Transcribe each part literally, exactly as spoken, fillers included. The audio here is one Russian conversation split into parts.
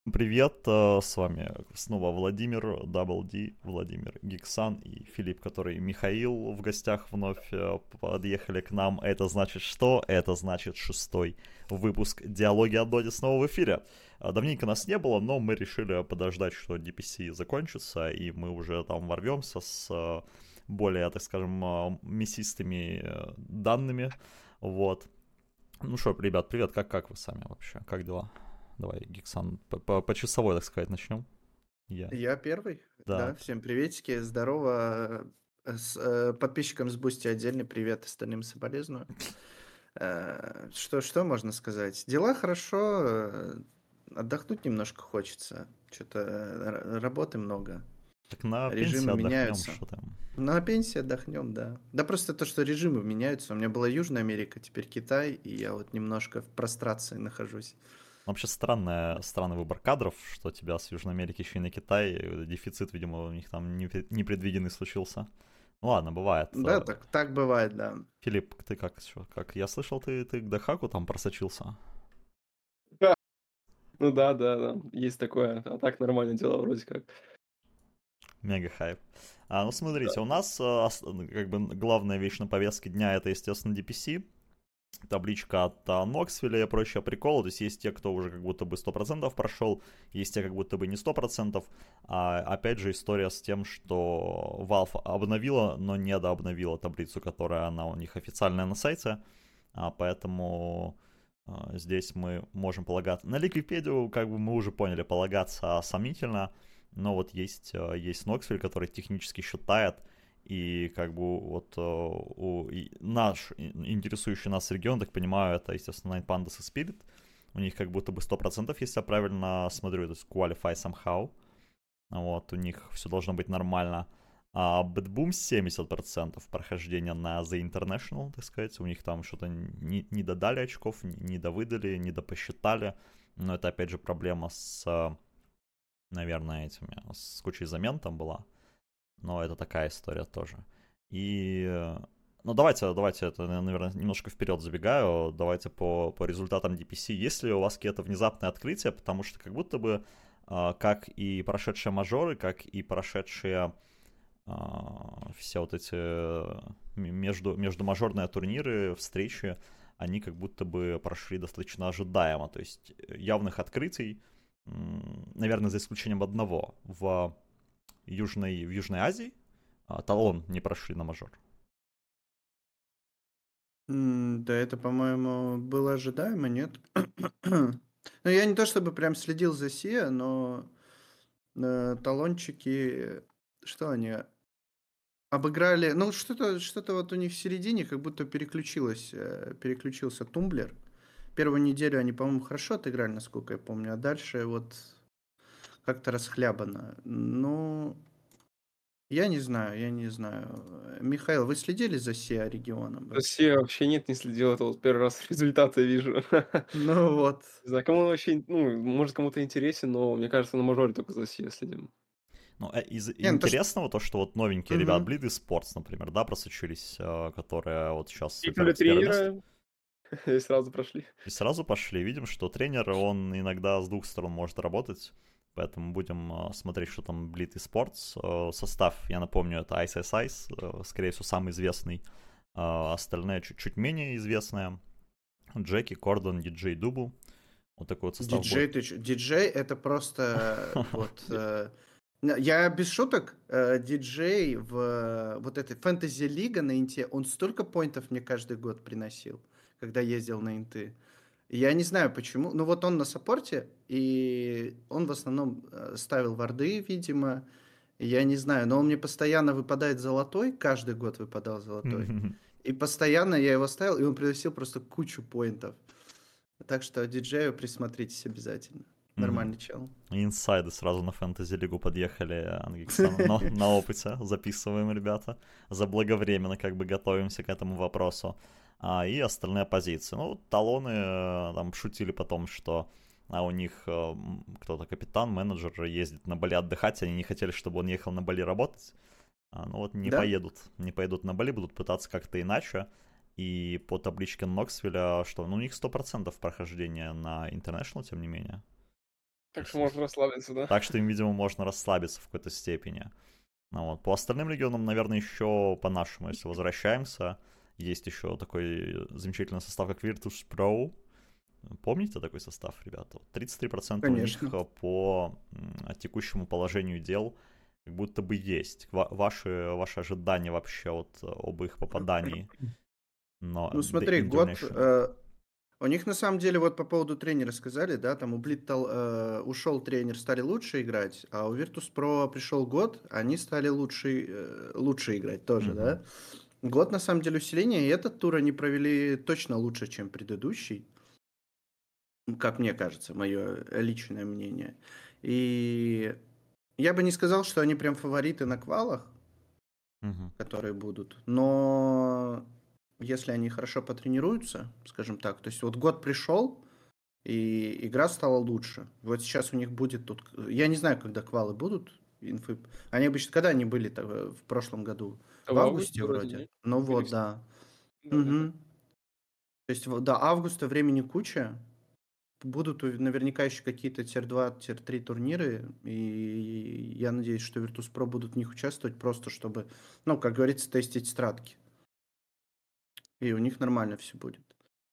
Привет, э, с вами снова Владимир, Double D, Владимир Гиксан и Филипп, который Михаил в гостях вновь э, подъехали к нам. Это значит что? Это значит шестой выпуск «Диалоги о Доте» снова в эфире. А, Давненько нас не было, но мы решили подождать, что ди пи си закончится, и мы уже там ворвемся с э, более, так скажем, э, мясистыми э, данными. Вот. Ну что, ребят, привет, как, как вы сами вообще? Как дела? Давай, Гиксан, по, по, по часовой, так сказать, начнем. Я. Я первый. Да. Да, всем приветики, здорово. Э, С, э, подписчикам с Бусти отдельный привет, остальным соболезную. Э, Что, что можно сказать? Дела хорошо, э, отдохнуть немножко хочется. Что-то работы много, Так на пенсии режимы отдохнем, меняются. что там. На пенсии отдохнем, да. Да просто то, что режимы меняются. У меня была Южная Америка, теперь Китай, и я вот немножко в прострации нахожусь. Вообще странная, странный выбор кадров, что тебя с Южной Америки еще и на Китай. Дефицит, видимо, у них там непре- непредвиденный случился. Ну ладно, бывает. Да, так, так бывает, да. Филипп, ты как, чё, как я слышал, ты, ты к Дахаку там просочился? Да, ну да, да, да, есть такое. А так нормально дела вроде как. Мега хайп. А, ну Да. смотрите, у нас э, ос- как бы главная вещь на повестке дня это, естественно, ди пи си. Табличка от а, Ноксвилля и прочие приколы. То есть есть те, кто уже как будто бы сто процентов прошел, есть те, как будто бы не сто процентов. А, опять же, история с тем, что Valve обновила, но не дообновила таблицу, которая она у них официальная на сайте. А, поэтому а, здесь мы можем полагаться на Ликвипедию, как бы мы уже поняли, полагаться сомнительно. Но вот есть, а, есть Ноксвилл, который технически считает, и как бы вот э, у, и наш интересующий нас регион, так понимаю, это, естественно, Nine Pandas и Spirit. У них как будто бы сто процентов, если я правильно смотрю, то есть qualify somehow. Вот, у них все должно быть нормально. А Bad Boom семьдесят процентов прохождения на The International, так сказать. У них там что-то не, не додали очков, не, не довыдали, не допосчитали. Но это, опять же, проблема с, наверное, этими, с кучей замен там была. Но это такая история тоже. И, э, ну давайте, давайте, это, наверное, немножко вперед забегаю. Давайте по, по результатам ди пи си. Есть ли у вас какие-то внезапные открытия? Потому что как будто бы, а, как и прошедшие мажоры, как и прошедшие а, все вот эти э, между, междумажорные турниры, встречи, они как будто бы прошли достаточно ожидаемо. То есть явных открытий, м, наверное, за исключением одного, в Южной, в Южной Азии, а, Талон не прошли на мажор. М, Да, это, по-моему, было ожидаемо, нет? Ну, я не то чтобы прям следил за Сиа, но э, талончики, что они обыграли? Ну, что-то, что-то вот у них в середине как будто переключилось, э, переключился тумблер. Первую неделю они, по-моему, хорошо отыграли, насколько я помню, а дальше вот как-то расхлябано. Ну, я не знаю, я не знаю. Э, Михаил, вы следили за Сиа регионом вообще? Россия вообще нет, не следил, это вот первый раз результаты вижу. Ну вот. Не знаю, кому он вообще, ну, может, кому-то интересен, но мне кажется, на мажоре только за Россию следим. Ну, э, из Не, ну то, что... интересного то, что вот новенькие ребят, Мгм. Bleed Sports, например, да, просочились, э, которые вот сейчас Пикнули первое, первое место. тренера и сразу прошли. И сразу пошли. Видим, что тренер, он иногда с двух сторон может работать. Поэтому будем э, смотреть, что там Bleed Sports. Э, состав, я напомню, это Ice Ice Ice, э, скорее всего, самый известный. Э, остальные чуть-чуть менее известные. Джеки, Кордон, Диджей Дубл. Вот такой вот состав Диджей, будет. ты чё? Диджей это просто э, вот... э, н- Я без шуток, э, диджей в э, вот этой фэнтези лига на инте, он столько поинтов мне каждый год приносил, когда ездил на инты. Я не знаю почему. Ну вот он на саппорте, и он в основном э, ставил варды, видимо. Я не знаю, но он мне постоянно выпадает золотой, каждый год выпадал золотой. И постоянно я его ставил, и он приносил просто кучу поинтов. Так что диджею присмотритесь обязательно. Нормальный чел. Инсайды сразу на фэнтези-лигу подъехали Ангиксана. Но на опыте записываем, ребята. Заблаговременно как бы готовимся к этому вопросу. А, и остальные позиции. Ну, талоны э, там шутили потом, что а у них э, м, кто-то капитан, менеджер ездит на Бали отдыхать, они не хотели, чтобы он ехал на Бали работать. А, ну вот не Да? поедут, не поедут на Бали, будут пытаться как-то иначе. И по табличке Ноксвилля, что ну, у них сто процентов прохождения на International, тем не менее. Так что можно расслабиться, да? Так что им, видимо, можно расслабиться в какой-то степени. Ну, вот. По остальным регионам, наверное, еще по-нашему, если возвращаемся, есть еще такой замечательный состав, как Virtus.pro. Помните такой состав, ребята? тридцать три процента у них Конечно. по текущему положению дел как будто бы есть. Ва- Ваши, ваши ожидания вообще вот об их попадании на Ну The смотри, год... International? э, у них на самом деле вот по поводу тренера сказали, да, там у Блиттал э, ушел тренер, стали лучше играть, а у Virtus.pro пришел год, они стали лучше, э, лучше играть тоже, Мгм. да. Год на самом деле усиления, и этот тур они провели точно лучше, чем предыдущий, как мне кажется, мое личное мнение. И я бы не сказал, что они прям фавориты на квалах, Мгм. которые будут, но если они хорошо потренируются, скажем так, то есть вот год пришел, и игра стала лучше. Вот сейчас у них будет тут... Я не знаю, когда квалы будут, инфы. Они обычно... Когда они были в прошлом году? А В в августе августе вроде, вроде. не? Ну Или вот, в... с- да. Да-да-да. Мгм. То есть вот до августа времени куча. Будут у- наверняка еще какие-то тир два, тир три турниры. И я надеюсь, что Virtus.pro будут в них участвовать просто, чтобы, ну, как говорится, тестить стратки. И у них нормально все будет.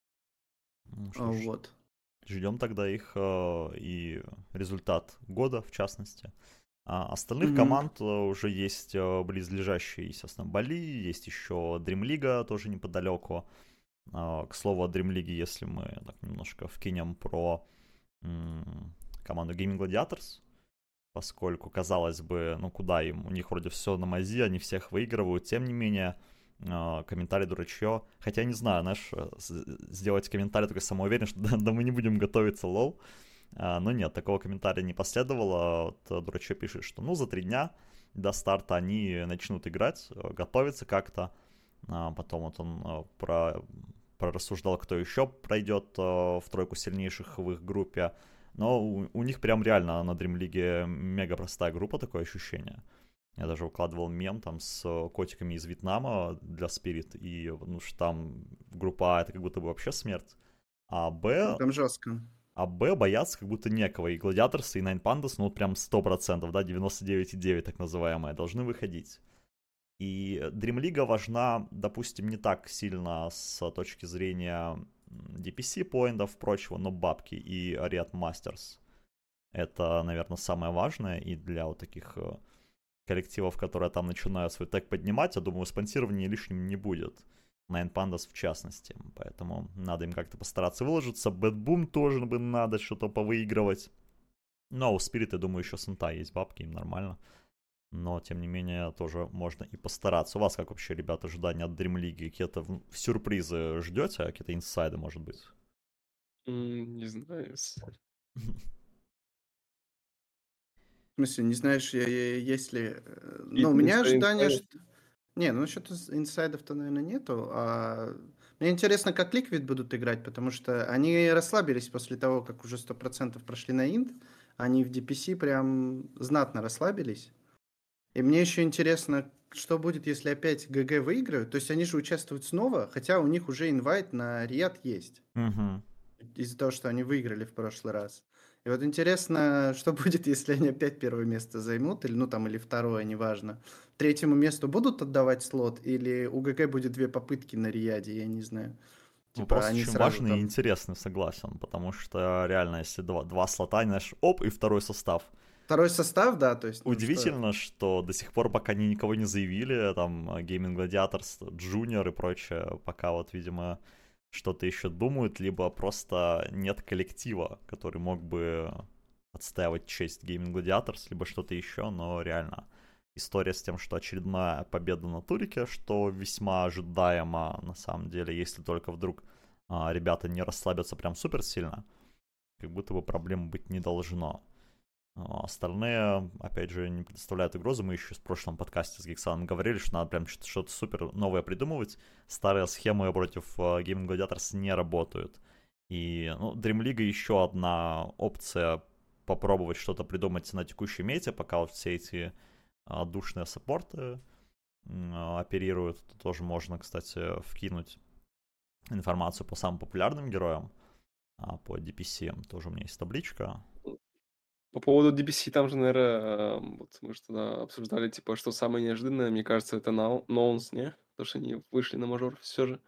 Ну А, что ж, Вот. ждем тогда их э, и результат года, в частности. А остальных Мгм. команд э, уже есть э, близлежащие, естественно, Бали, есть еще Dream League тоже неподалеку. А, К слову о Dream League, если мы так немножко вкинем про м, команду Gaming Gladiators, поскольку, казалось бы, ну куда им, у них вроде все на мази, они всех выигрывают, тем не менее, э, комментарий дурачье. Хотя, не знаю, знаешь, э, с- сделать комментарий только самоуверен, что да, да мы не будем готовиться, лол. А, но нет, такого комментария не последовало. Вот э, дурачье пишет, что ну за три дня до старта они начнут играть, э, готовиться как-то. А потом вот он э, про, прорассуждал, кто еще пройдет э, в тройку сильнейших в их группе. Но у, у них прям реально на Dream League мега простая группа, такое ощущение. Я даже выкладывал мем там с э, котиками из Вьетнама для Spirit, и ну что там группа А это как будто бы вообще смерть. А Ну, Б, там жестко. а Б боятся как будто некого. И Гладиаторс, и Nine Pandas, ну вот прям сто процентов, да, девяносто девять и девять так называемые, должны выходить. И Dream League важна, допустим, не так сильно с точки зрения ди пи си-поинтов, прочего, но бабки и Riot Masters. Это, наверное, самое важное, и для вот таких э, коллективов, которые там начинают свой тег поднимать, я думаю, спонсирование лишним не будет. Nine Pandas в частности. Поэтому надо им как-то постараться выложиться. Bad Boom тоже бы надо что-то повыигрывать. Но у Spirit, я думаю, еще с инта есть бабки, им нормально. Но, тем не менее, тоже можно и постараться. У вас как вообще, ребята, ожидания от Dream League? Какие-то в- сюрпризы ждете? Какие-то инсайды, может быть? М, Не знаю. с- В смысле, не знаешь, я- я- если... э, Ну, у Какие-то меня инста- ожидания, инсайды. что... Не, ну насчет ins- инсайдов-то, наверное, нету. А... Мне интересно, как Liquid будут играть, потому что они расслабились после того, как уже сто процентов прошли на инт. Они в ди пи си прям знатно расслабились. И мне еще интересно, что будет, если опять ГГ выиграют. То есть они же участвуют снова, хотя у них уже инвайт на Риад есть. Мгм. Из-за того, что они выиграли в прошлый раз. И вот интересно, что будет, если они опять первое место займут, или ну там, или второе, неважно. Третьему месту будут отдавать слот, или у ГГ будет две попытки на Риаде, я не знаю. Типа Вопрос они очень сразу важный и там... интересный, согласен. Потому что реально, если два, два слота, знаешь, оп, и второй состав. Второй состав, да, то есть, ну что... Удивительно, что до сих пор, пока они никого не заявили, там, Gaming Gladiators, Junior и прочее, пока вот, видимо, что-то еще думают, либо просто нет коллектива, который мог бы отстаивать честь Gaming Gladiators, либо что-то еще, но реально история с тем, что очередная победа на турике, что весьма ожидаемо, на самом деле, если только вдруг а, ребята не расслабятся прям супер сильно, как будто бы проблем быть не должно. А остальные, опять же, не представляют угрозы. Мы еще в прошлом подкасте с Гексаном говорили, что надо прям что-то супер новое придумывать. Старые схемы против uh, Gaming Gladiators не работают. И ну, Dream League еще одна опция попробовать что-то придумать на текущей мете, пока вот все эти uh, душные саппорты uh, оперируют. Тут тоже можно, кстати, вкинуть информацию по самым популярным героям, а по ди пи си тоже у меня есть табличка. По поводу ди би си, там же, наверное, вот мы же тогда обсуждали, типа, что самое неожиданное, мне кажется, это Нау- Ноунс, не? Потому что они вышли на мажор все же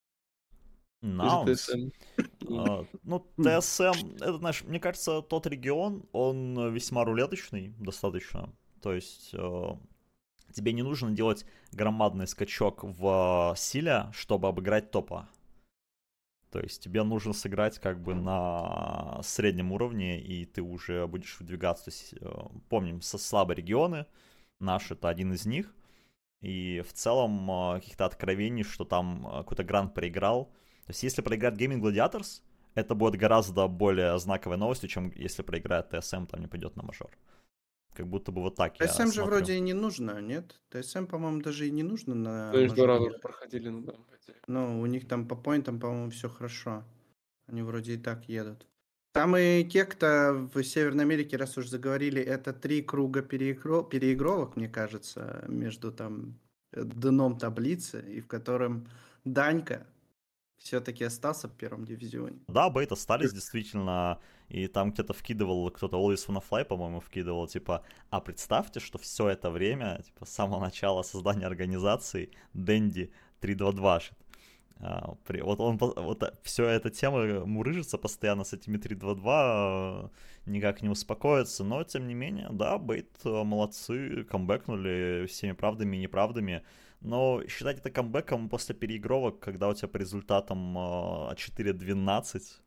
из-за Наунс. ти эс эм. И- А, ну, М. ти эс эм, это, знаешь, мне кажется, тот регион, он э, весьма рулеточный достаточно. То есть э, тебе не нужно делать громадный скачок в э, силе, чтобы обыграть топа. То есть тебе нужно сыграть как бы на среднем уровне, и ты уже будешь выдвигаться. То есть, э, помним, со слабые регионы, наш это один из них. И в целом э, каких-то откровений, что там э, какой-то грант проиграл. То есть если проиграет Gaming Gladiators, это будет гораздо более знаковой новостью, чем если проиграет ти эс эм, там не пойдет на мажор. Как будто бы вот так я ти эс эм же смотрю. вроде и не нужно, нет? ти эс эм, по-моему, даже и не нужно на То есть два мажор раза уже ехать. проходили, ну да. по идее. Ну, у них там по поинтам, по-моему, все хорошо. Они вроде и так едут. Там и кекта в Северной Америке, раз уж заговорили, это три круга переигро- переигровок, мне кажется, между там э, дном таблицы, и в котором Данька все-таки остался в первом дивизионе. Да, бейт остались действительно, и там где-то вкидывал, кто-то Always Wanna Fly, по-моему, вкидывал, типа, а представьте, что все это время, типа, с самого начала создания организации Дэнди три два два. А, при, вот он, вот все эта тема мурыжится постоянно с этими три два два, э, никак не успокоится, но тем не менее, да, Бейт э, молодцы, камбэкнули всеми правдами и неправдами, но считать это камбэком после переигровок, когда у тебя по результатам э, четыре двенадцать,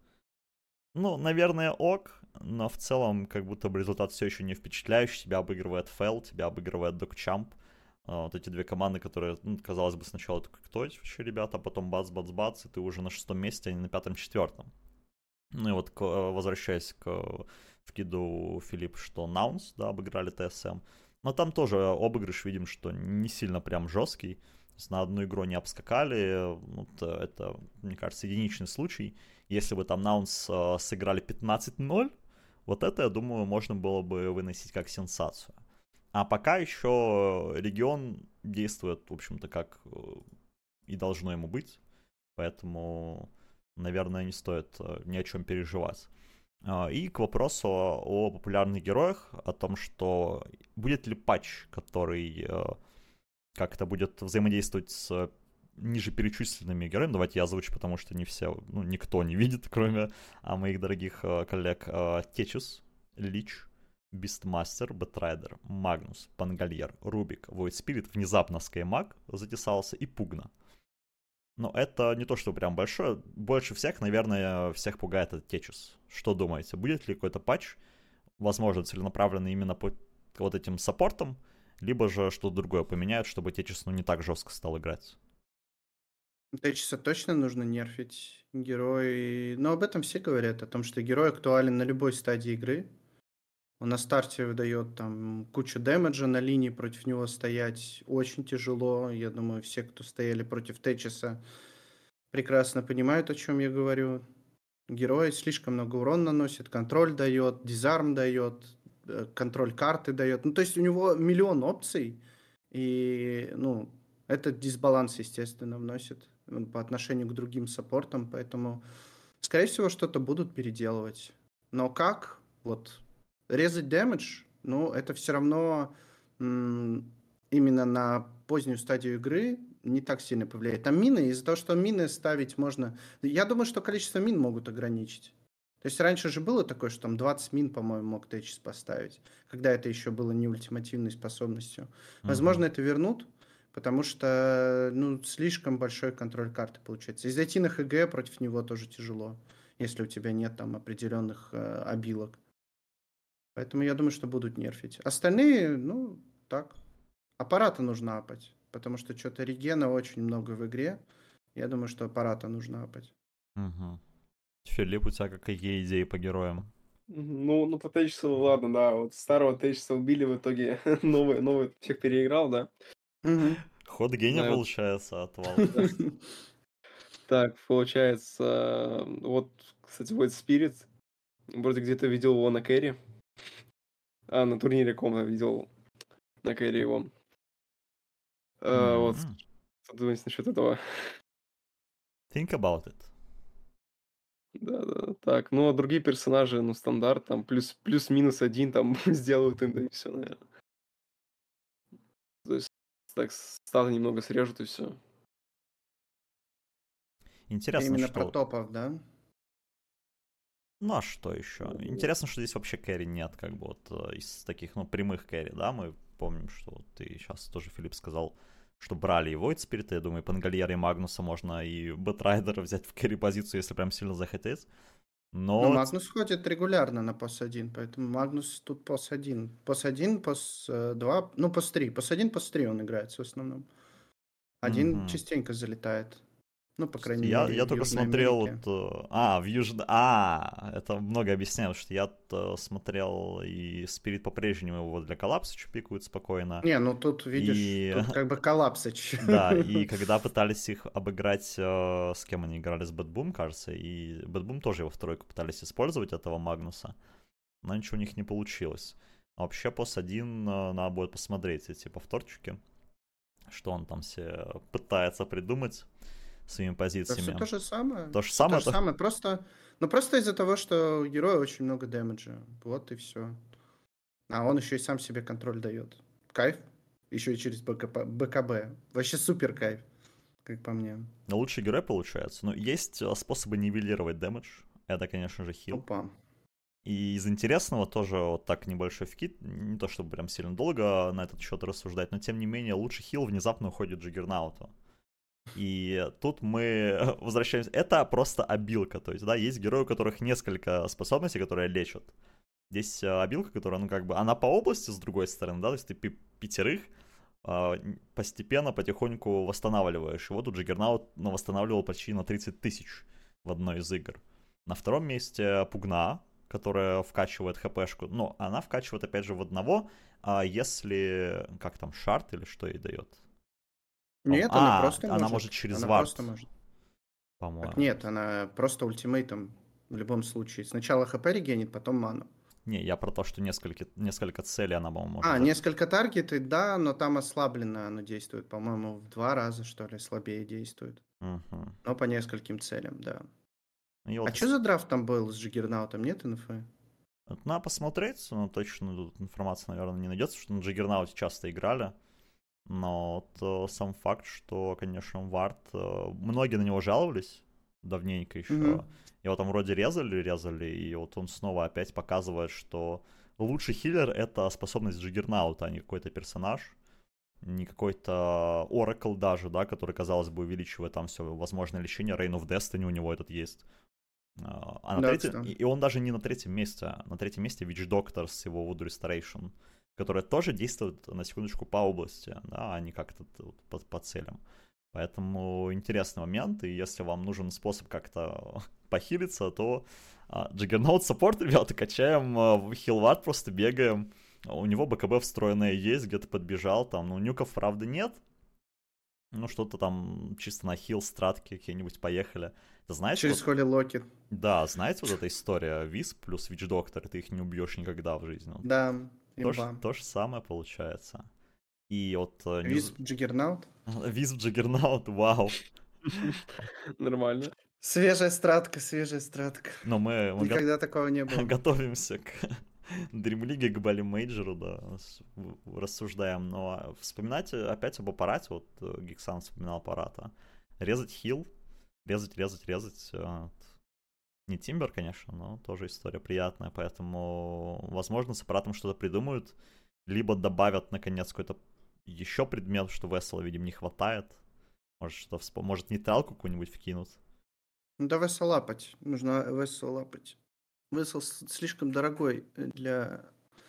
ну, наверное, ок, но в целом как будто бы результат все еще не впечатляющий, тебя обыгрывает Фэл, тебя обыгрывает Докчамп. А, вот эти две команды, которые, ну, казалось бы, сначала такой, кто эти вообще ребята, а потом бац-бац-бац, и ты уже на шестом месте, а не на пятом-четвертом. Ну и вот, к- возвращаясь к вкиду Филипп, что Наунс, да, обыграли ти эс эм. Но там тоже обыгрыш, видим, что не сильно прям жесткий. То есть на одну игру не обскакали. Вот это, мне кажется, единичный случай. Если бы там Наунс э, сыграли пятнадцать ноль, вот это, я думаю, можно было бы выносить как сенсацию. А пока еще регион действует, в общем-то, как э, и должно ему быть. Поэтому, наверное, не стоит э, ни о чем переживать. А, И к вопросу о популярных героях, о том, что будет ли патч, который э, как-то будет взаимодействовать с ниже перечисленными героями. Давайте я озвучу, потому что не все, ну, никто не видит, кроме а, моих дорогих э, коллег. Э, Течус, Лич, Бистмастер, Бэтрайдер, Магнус, Пангальер, Рубик, Void Spirit, внезапно Скаймаг затесался и Пугна. Но это не то, что прям большое. Больше всех, наверное, всех пугает этот Течус. Что думаете, будет ли какой-то патч, возможно, целенаправленный именно по вот этим саппортам, либо же что-то другое поменяют, чтобы Течус, ну, не так жестко стал играть? Течиса точно нужно нерфить. Герой... Но об этом все говорят, о том, что герой актуален на любой стадии игры. Он на старте выдает там кучу дэмэджа, на линии против него стоять очень тяжело. Я думаю, все, кто стояли против Течиса, прекрасно понимают, о чем я говорю. Герой слишком много урона наносит, контроль дает, дизарм дает, э, контроль карты дает. Ну, то есть у него миллион опций, и, ну, этот дисбаланс, естественно, вносит м, по отношению к другим саппортам, поэтому, скорее всего, что-то будут переделывать. Но как? Вот, резать дэмэдж, ну, это все равно м, именно на позднюю стадию игры не так сильно повлияет. Там мины, из-за того, что мины ставить можно... Я думаю, что количество мин могут ограничить. То есть раньше же было такое, что там двадцать мин, по-моему, мог Течис поставить, когда это еще было не ультимативной способностью. Возможно, Мгм. это вернут, потому что, ну, слишком большой контроль карты получается. И зайти на ХГ против него тоже тяжело, если у тебя нет там определенных э, обилок. Поэтому я думаю, что будут нерфить. Остальные, ну, так. Аппарата нужно апать, потому что что-то регена очень много в игре. Я думаю, что аппарата нужно апать. Мгм. Филипп, у тебя какие идеи по героям? Мгм. Ну, ну, по Тейчесу, ладно, да, вот старого Тейчеса убили в итоге, новый, новый всех переиграл, да. Мгм. Ход гения Да, получается, отвал. да. Так, получается, вот, кстати, Void Spirit, вроде где-то видел его на кэри, а, на турнире ком видел на кэри его. Э, Вот, М. что думаете насчет этого? Think about it. Да-да, так, ну, а другие персонажи, ну, стандарт, там плюс плюс-минус один там сделают им, да и всё, наверно. То есть так статы немного срежут и всё. Интересно, Именно про что... топов, да? Ну, а что еще? Ну, Интересно, что здесь вообще кэрри нет, как бы вот э, из таких, ну, прямых кэрри, да, мы помним, что вот ты сейчас тоже, Филипп, сказал, что брали и Void Spirit, я думаю, Пангальера и Магнуса можно и Бэтрайдера взять в кэрри-позицию, если прям сильно захотеть. Но Но Магнус ходит регулярно на пос один, поэтому Магнус тут пос один. Пос один, пос два, ну пос три. Пос один, пос три он играется в основном. Один мгм. частенько залетает. Ну, по крайней Я, мере, я в только Южной смотрел Америке. вот... э, А, в Южной... А, это много объясняет, что я э, смотрел, и Спирит по-прежнему его для коллапса пикают спокойно. Не, ну тут, видишь, И тут как бы коллапсыч. да, и когда пытались их обыграть, э, с кем они играли, с Бэтбум, кажется, и Бэтбум тоже его в тройку пытались использовать, этого Магнуса, но ничего у них не получилось. А вообще, пос один, э, надо будет посмотреть эти повторчики, что он там все пытается придумать своими Да все позициями. то же самое. То же Все то самое, же то... самое. Просто, ну просто из-за того, что у героя очень много дэмэджа. Вот и все. А он еще и сам себе контроль дает. Кайф. Еще и через БКП, БКБ. Вообще супер кайф, как по мне. лучший герой получается. Но есть э, способы нивелировать дэмэдж. Это, конечно же, хил. Опа. И из интересного тоже вот так небольшой вкид, не то чтобы прям сильно долго на этот счет рассуждать, но тем не менее лучший хил внезапно уходит Джиггернауту. И тут мы возвращаемся. Это просто обилка, то есть, да, есть герои, у которых несколько способностей, которые лечат. Здесь э, обилка, которая, ну, как бы, она по области, с другой стороны, да, то есть ты пи- пятерых э, постепенно, потихоньку восстанавливаешь. И вот тут Джиггернаут ну, восстанавливал почти на тридцать тысяч в одной из игр. На втором месте Пугна, которая вкачивает хпшку. Но она вкачивает, опять же, в одного, а если... Как там, шарт или что ей дает? По-моему- Нет, она А, просто она может может. через Она вард, просто может. Так по-моему. нет, она просто ультимейтом в любом случае. Сначала хп регенит, потом ману. Не, я про то, что несколько, несколько целей она, по-моему, может... А, за- несколько таргеты, да, но там ослабленно оно действует. По-моему, в два раза, что ли, слабее действует. Мгм. Но по нескольким целям, да. И А вот что за драфт там был с Джиггернаутом? Нет инфы? вот надо посмотреть, но точно тут информация, наверное, не найдется, что на Джиггернауте часто играли. Но вот, э, сам факт, что, конечно, Вард, э, многие на него жаловались давненько Угу. еще. Его там вроде резали, резали, и вот он снова опять показывает, что лучший хиллер — это способность Джиггернаута, а не какой-то персонаж. Не какой-то Oracle даже, да, который, казалось бы, увеличивает там все возможное лечение. Reign of Destiny у него этот есть. А а на Да, третьем... кстати. И он даже не на третьем месте. а На третьем месте Witch Doctor с его Wood Restoration, которая тоже действует, на секундочку, по области, да, а не как-то вот по, по целям. Поэтому интересный момент, и если вам нужен способ как-то похилиться, то а, Juggernaut саппорт, ребята, качаем а, в хилвард, просто бегаем. У него БКБ встроенное есть, где-то подбежал, там, ну, нюков, правда, нет. Ну, что-то там чисто на хил, стратки какие-нибудь поехали. Это знаете, Через вот Холли Локет. да, знаете, вот эта история Висп плюс Вич Доктор, ты их не убьешь никогда в жизни. Вот Да, то, ж- имба. то же самое получается. И вот э, не з- Визп Джиггернаут. Висп Джаггернаут, вау. нормально. Свежая стратка, свежая стратка. Но мы, мы го- Никогда такого не было. готовимся к Дримлиге, к Бали Мейджору, да, с- в- рассуждаем. Но вспоминать опять об аппарате, вот э, Гиксан вспоминал аппарата. Резать хил, резать, резать, резать. э, Не Тимбер, конечно, но тоже история приятная, поэтому, возможно, с аппаратом что-то придумают, либо добавят, наконец, какой-то еще предмет, что Весела, видимо, не хватает. Может, что вспом... Может, нейтралку какую-нибудь вкинут. Ну да, весел лапать. Нужно весел лапать. Весел с- слишком дорогой для,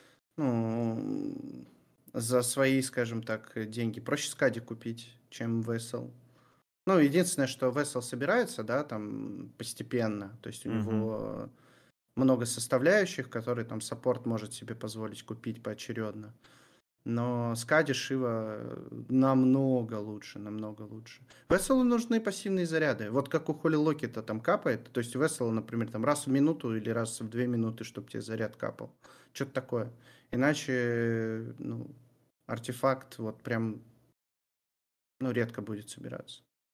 ну, за свои, скажем так, деньги. Проще скади купить, чем весел. Ну, единственное, что весел собирается, да, там постепенно. То есть у Угу. него много составляющих, которые там саппорт может себе позволить купить поочередно. Но Скади Шива намного лучше, намного лучше. Веселу нужны пассивные заряды. Вот как у Холли Локета там капает. То есть Веселу, например, там раз в минуту или раз в две минуты, чтобы тебе заряд капал. Что-то такое. Иначе, ну, артефакт вот прям, ну, редко будет собираться.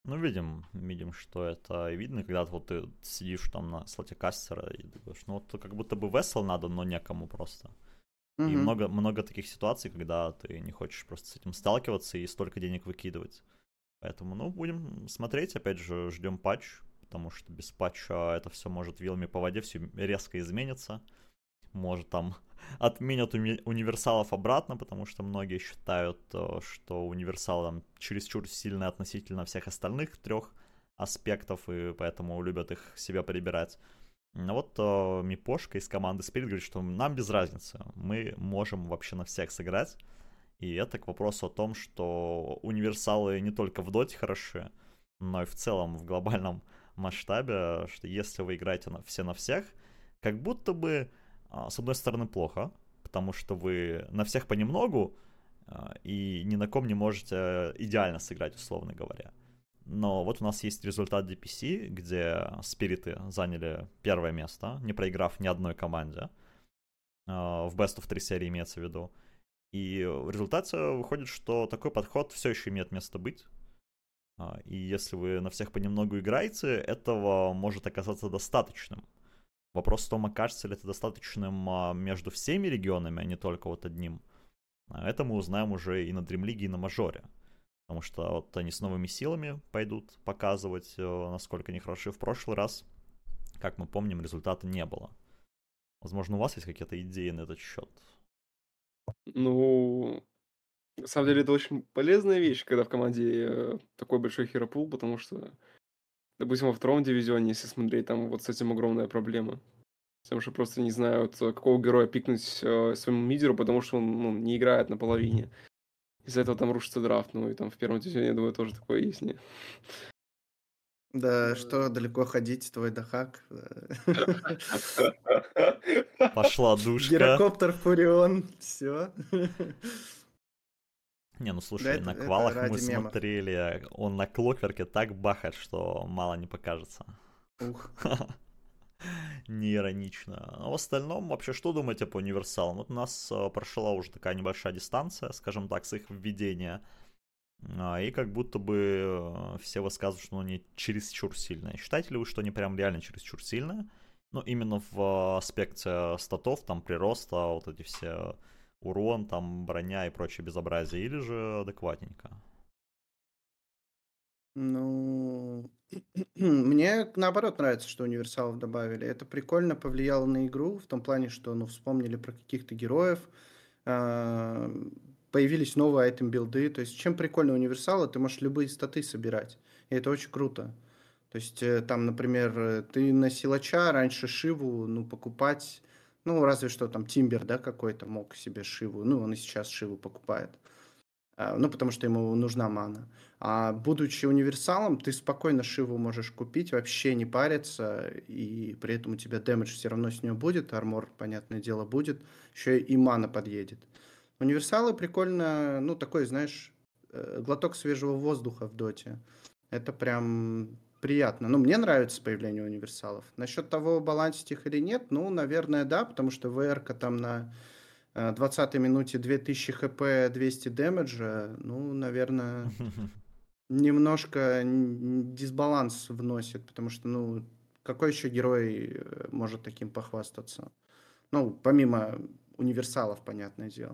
Ну, видим, видим, что это видно, когда вот ты сидишь там на слоте кастера и думаешь, ну, вот как будто бы весел надо, но некому просто. И Мгм. много, много таких ситуаций, когда ты не хочешь просто с этим сталкиваться и столько денег выкидывать. Поэтому, ну, будем смотреть, опять же, ждем патч, потому что без патча это все может вилами по воде, все резко изменится. Может, там отменят уни- универсалов обратно, потому что многие считают, э, что универсал там чересчур сильно относительно всех остальных трех аспектов, и поэтому любят их себе прибирать. Ну вот э, Мипошка из команды Spirit говорит, что нам без разницы, мы можем вообще на всех сыграть. И это к вопросу о том, что универсалы не только в доте хороши, но и в целом в глобальном масштабе, что если вы играете на все на всех, как будто бы а, с одной стороны плохо, потому что вы на всех понемногу а, и ни на ком не можете идеально сыграть, условно говоря. Но вот у нас есть результат ди пи си, где спириты заняли первое место, не проиграв ни одной команде. А, в Best of три серии имеется в виду. И в результате выходит, что такой подход все еще имеет место быть. А, И если вы на всех понемногу играете, этого может оказаться достаточным. Вопрос в том, окажется ли это достаточным а, между всеми регионами, а не только вот одним. А Это мы узнаем уже и на Dream League, и на мажоре. Потому что вот они с новыми силами пойдут показывать, э, насколько они хороши. В прошлый раз, как мы помним, результата не было. Возможно, у вас есть какие-то идеи на этот счет? Ну, на самом деле это очень полезная вещь, когда в команде э, такой большой херопул, потому что, допустим, во втором дивизионе, если смотреть, там вот с этим огромная проблема. Потому что просто не знают, э, какого героя пикнуть э, своему мидеру, потому что он ну, не играет на половине. Из-за этого там рушится драфт. Ну и там в первом дивизионе, я думаю, тоже такое есть. Не? Да, что далеко ходить, твой дахак. Пошла душка. Гирокоптер Фурион, все. Не, ну Да, слушай, это, на это квалах мы ради мемов. смотрели, он на клокверке так бахает, что мало не покажется. Ух. Не иронично. А в остальном, вообще, что думаете по универсалам? Вот у нас э, прошла уже такая небольшая дистанция, скажем так, с их введения. А, И как будто бы э, все высказывают, что они чересчур сильные. Считаете ли вы, что они прям реально чересчур сильные? Ну, именно в э, аспекте статов, там, прироста, вот эти все урон, там, броня и прочее безобразие, или же адекватненько? Ну, мне наоборот нравится, что универсалов добавили. Это прикольно повлияло на игру в том плане, что ну, вспомнили про каких-то героев, а, появились новые айтем-билды. То есть, чем прикольно универсалы, ты можешь любые статы собирать. И это очень круто. То есть, э, там, например, э, ты на силача раньше Шиву, ну, покупать, ну, разве что там Тимбер, да, какой-то мог себе Шиву. Ну, он и сейчас Шиву покупает. А, Ну, потому что ему нужна мана. А будучи универсалом, ты спокойно Шиву можешь купить, вообще не париться, и при этом у тебя дэмэдж все равно с нее будет, армор, понятное дело, будет, еще и мана подъедет. Универсалы прикольно, ну, такой, знаешь, э, глоток свежего воздуха в доте. Это прям приятно. Ну, мне нравится появление универсалов. Насчет того, балансить их или нет, ну, наверное, да, потому что ВР-ка там на э, двадцатой минуте две тысячи хп, двести дэмэджа, ну, наверное, немножко н- дисбаланс вносит, потому что, ну, какой еще герой э, может таким похвастаться? Ну, помимо универсалов, понятное дело.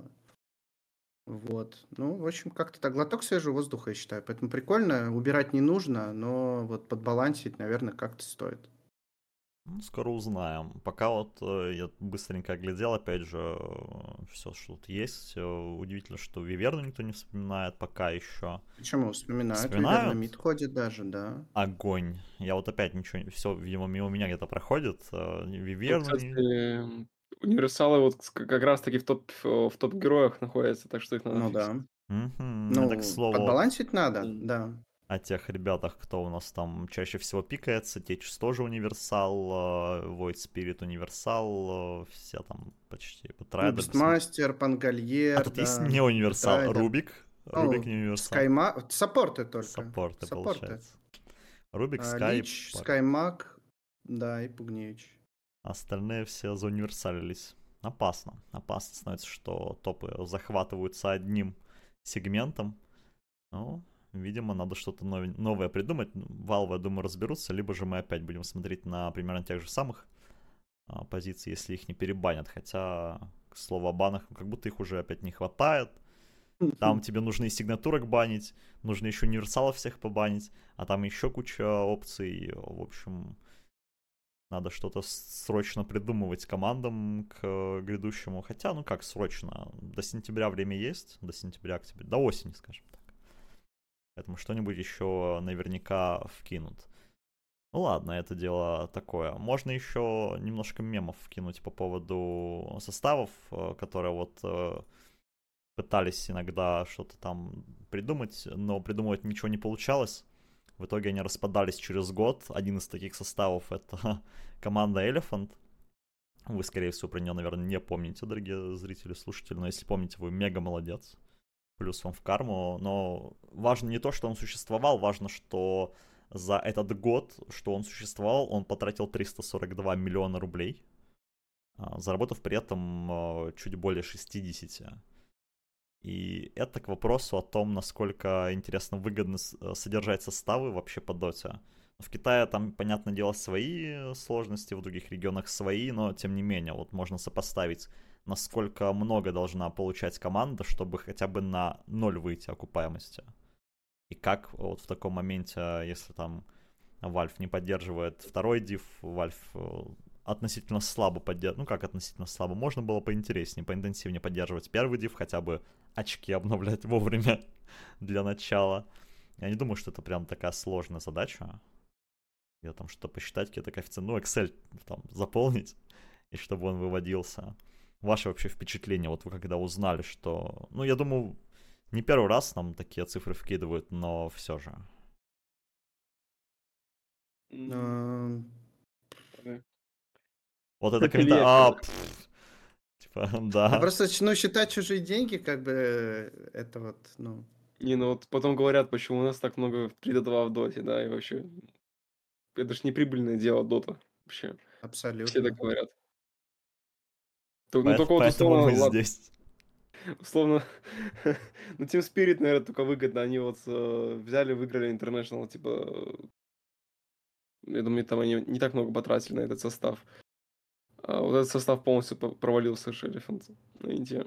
Вот. Ну, в общем, как-то так. Глоток свежего воздуха, я считаю. Поэтому прикольно. Убирать не нужно, но вот подбалансить, наверное, как-то стоит. Ну, скоро узнаем. Пока вот э, я быстренько оглядел, опять же, все, что тут есть. Э, Удивительно, что Виверну никто не вспоминает пока еще. Почему? Вспоминают. Виверна Вспоминают? мид ходит даже, да. Огонь. Я вот опять ничего, все, видимо, мимо меня где-то проходит. э, Ну, Виверну кстати, не... м, универсалы вот с- как раз таки в топ в топ-героях находятся, так что их надо Ну фиксить. да. Мгм. Это, к Ну, слову, вот подбалансить надо, М. да. о тех ребятах, кто у нас там чаще всего пикается. Теч тоже универсал, э, Void Spirit универсал, э, все там почти. Ну, Бэтрайдер, бессмертный. Бестмастер, А Пангольер, тут есть да, не универсал, Бэтрайдер. Рубик. Рубик Ну, не универсал. Скайма... Саппорты только. Саппорты, Саппорты. получается. Рубик, А, Скай, Лич, Пар. Скаймаг, да, и Пугневич. Остальные все зауниверсалились. Опасно. Опасно становится, что топы захватываются одним сегментом. Ну, видимо, надо что-то нов- новое придумать. Valve, я думаю, разберутся, либо же мы опять будем смотреть на примерно тех же самых а, позиций, если их не перебанят. Хотя, к слову о банах, как будто их уже опять не хватает. Там тебе нужно и сигнатурок банить, нужно еще универсалов всех побанить, а там еще куча опций. В общем, надо что-то срочно придумывать командам к грядущему. Хотя, ну как срочно? До сентября время есть, до сентября, октября, до осени, скажем так. Поэтому что-нибудь еще наверняка вкинут. Ну ладно, это дело такое. Можно еще немножко мемов вкинуть по поводу составов, которые вот пытались иногда что-то там придумать, но придумывать ничего не получалось. В итоге они распадались через год. Один из таких составов — это команда Elephant. Вы, скорее всего, про нее, наверное, не помните, дорогие зрители, слушатели. Но если помните, вы мега молодец. Плюс вам в карму. Но важно не то, что он существовал, важно, что за этот год, что он существовал, он потратил триста сорок два миллиона рублей, заработав при этом чуть более шестьдесят. И это к вопросу о том, насколько, интересно, выгодно содержать составы вообще по доте. В Китае там, понятное дело, свои сложности, в других регионах свои, но тем не менее, вот можно сопоставить, насколько много должна получать команда, чтобы хотя бы на ноль выйти окупаемости. И как вот в таком моменте, если там Valve не поддерживает второй див, Valve относительно слабо поддерживать, ну как относительно слабо, можно было поинтереснее, поинтенсивнее поддерживать первый див, хотя бы очки обновлять вовремя для начала. Я не думаю, что это прям такая сложная задача. Я там что-то посчитать, какие-то коэффициенты, ну Excel там заполнить, и чтобы он выводился. Ваши вообще впечатления, вот вы когда узнали, что... Ну я думаю, не первый раз нам такие цифры вкидывают, но все же. Вот это комментарий. А, пфф, типа, да. Да просто, ну, считать чужие деньги, как бы, это вот, ну... Не, ну вот потом говорят, почему у нас так много три дэ два в доте, да, и вообще... Это ж не прибыльное дело дота, вообще. Абсолютно. Все так говорят. Ну, По- только вот Поэтому условно, мы ладно, здесь. условно, ну, Team Spirit, наверное, только выгодно. Они вот э, взяли, выиграли International, типа... э, Я думаю, там они не так много потратили на этот состав. А вот этот состав полностью по- провалился, Elephant на Инте.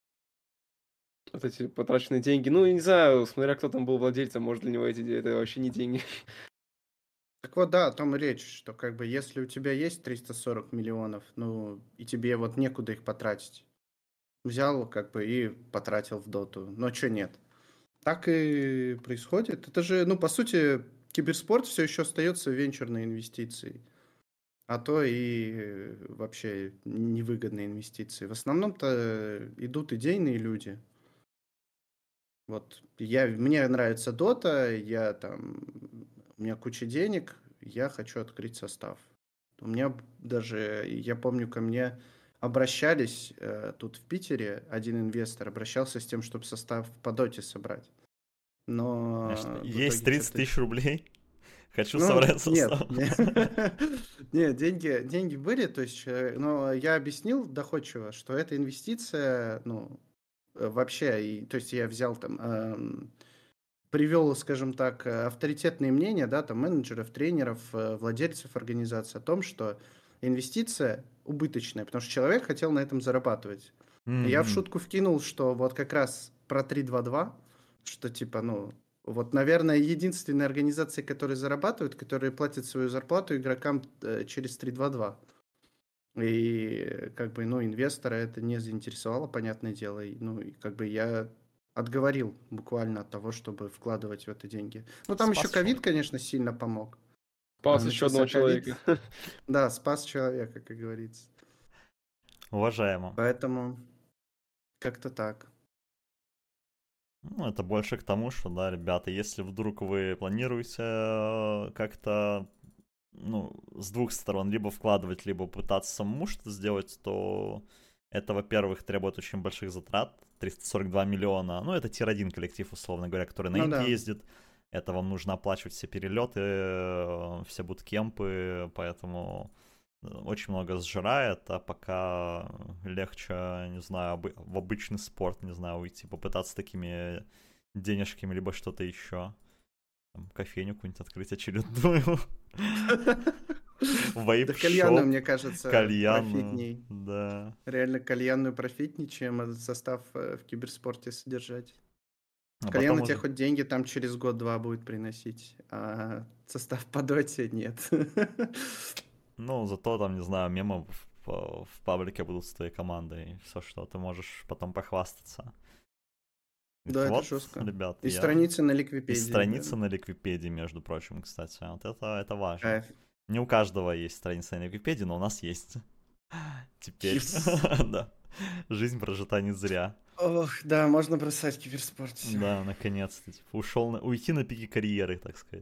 Вот эти потраченные деньги. Ну, я не знаю, смотря кто там был владельцем, может, для него эти деньги, это вообще не деньги. Так вот, да, о том и речь, что как бы если у тебя есть триста сорок миллионов, ну, и тебе вот некуда их потратить. Взял, как бы, и потратил в доту. Но что нет? Так и происходит. Это же, ну, по сути, киберспорт все еще остается венчурной инвестицией. А то и э, вообще невыгодные инвестиции. В основном-то идут идейные люди. Вот я, мне нравится Дота, я там, у меня куча денег, я хочу открыть состав. У меня даже, я помню, ко мне обращались э, тут в Питере, один инвестор обращался с тем, чтобы состав по Доте собрать. Но Конечно. в Есть итоге тридцать что-то... тысяч рублей. Хочу Ну, собрать нет, состав. нет, деньги, деньги были, то есть, э, но я объяснил доходчиво, что это инвестиция, ну, э, вообще, и, то есть я взял там, эм, привел, скажем так, э, авторитетные мнения, да, там, менеджеров, тренеров, э, владельцев организации о том, что инвестиция убыточная, потому что человек хотел на этом зарабатывать. И я в Мгм. шутку вкинул, что вот как раз про три два два, что типа, ну, вот, наверное, единственные организации, которые зарабатывают, которые платят свою зарплату игрокам э, через три два два. И э, как бы, ну, инвестора это не заинтересовало, понятное дело. И, ну, и как бы я отговорил буквально от того, чтобы вкладывать в это деньги. Ну, там еще Спас ковид, человека. конечно, сильно помог. Спас А, еще Начался одного ковид. человека. Да, спас человека, как говорится. Уважаемо. Поэтому как-то так. Ну, это больше к тому, что, да, ребята, если вдруг вы планируете э, как-то, ну, с двух сторон, либо вкладывать, либо пытаться самому что-то сделать, то это, во-первых, требует очень больших затрат, триста сорок два миллиона, ну, это тир один коллектив, условно говоря, который на Ну Инди да. ездит, это вам нужно оплачивать все перелеты, э, все буткемпы, поэтому очень много сжирает, а пока легче, не знаю, обы- в обычный спорт, не знаю, уйти, попытаться такими денежками, либо что-то еще. Там, кофейню какую-нибудь открыть очередную. Да Вейп-шоп, кальянную, мне кажется, кальянную, профитней. да. Реально кальянную профитней, чем этот состав э, в киберспорте содержать. А Кальян потом на тебе уже... хоть деньги там через год-два будет приносить, а состав по доте нет. Ну, зато там, не знаю, мемы в, в паблике будут с твоей командой. Все, что ты можешь потом похвастаться. Да, это Вот, жестко. ребят, И я... страницы на И Ликвипедии. страница Да. на Ликвипедии, между прочим, кстати. Вот это, это важно. Кайф. Не у каждого есть страница на Ликвипедии, но у нас есть. Теперь. Yes. Да. Жизнь прожита не зря. Ох, да, можно бросать киберспорт. Всё. Да, наконец-то. Типа, ушел на... Уйти на пике карьеры, так сказать.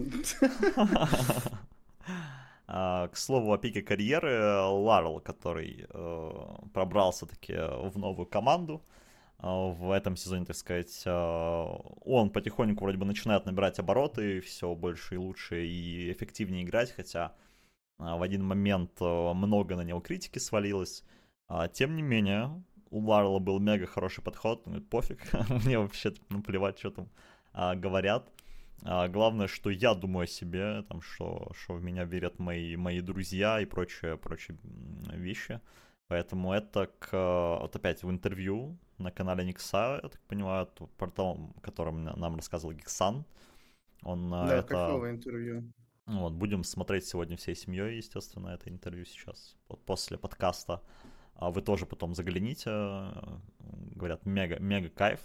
А, к слову о пике карьеры, Ларл, который э, пробрался таки в новую команду э, в этом сезоне, так сказать, э, он потихоньку вроде бы начинает набирать обороты, все больше и лучше и эффективнее играть, хотя э, в один момент э, много на него критики свалилось. А, тем не менее, у Ларла был мега хороший подход, он говорит, пофиг, мне вообще наплевать, что там а, говорят. А, главное, что я думаю о себе, там, что, что в меня верят мои, мои друзья и прочие, прочие вещи. Поэтому это, к, вот опять в интервью на канале Никса, я так понимаю, портал, которым нам рассказывал Гиксан. Он Да, это... кайфовое интервью. Вот, будем смотреть сегодня всей семьей, естественно, это интервью сейчас, после подкаста. А вы тоже потом загляните, говорят, мега, мега кайф.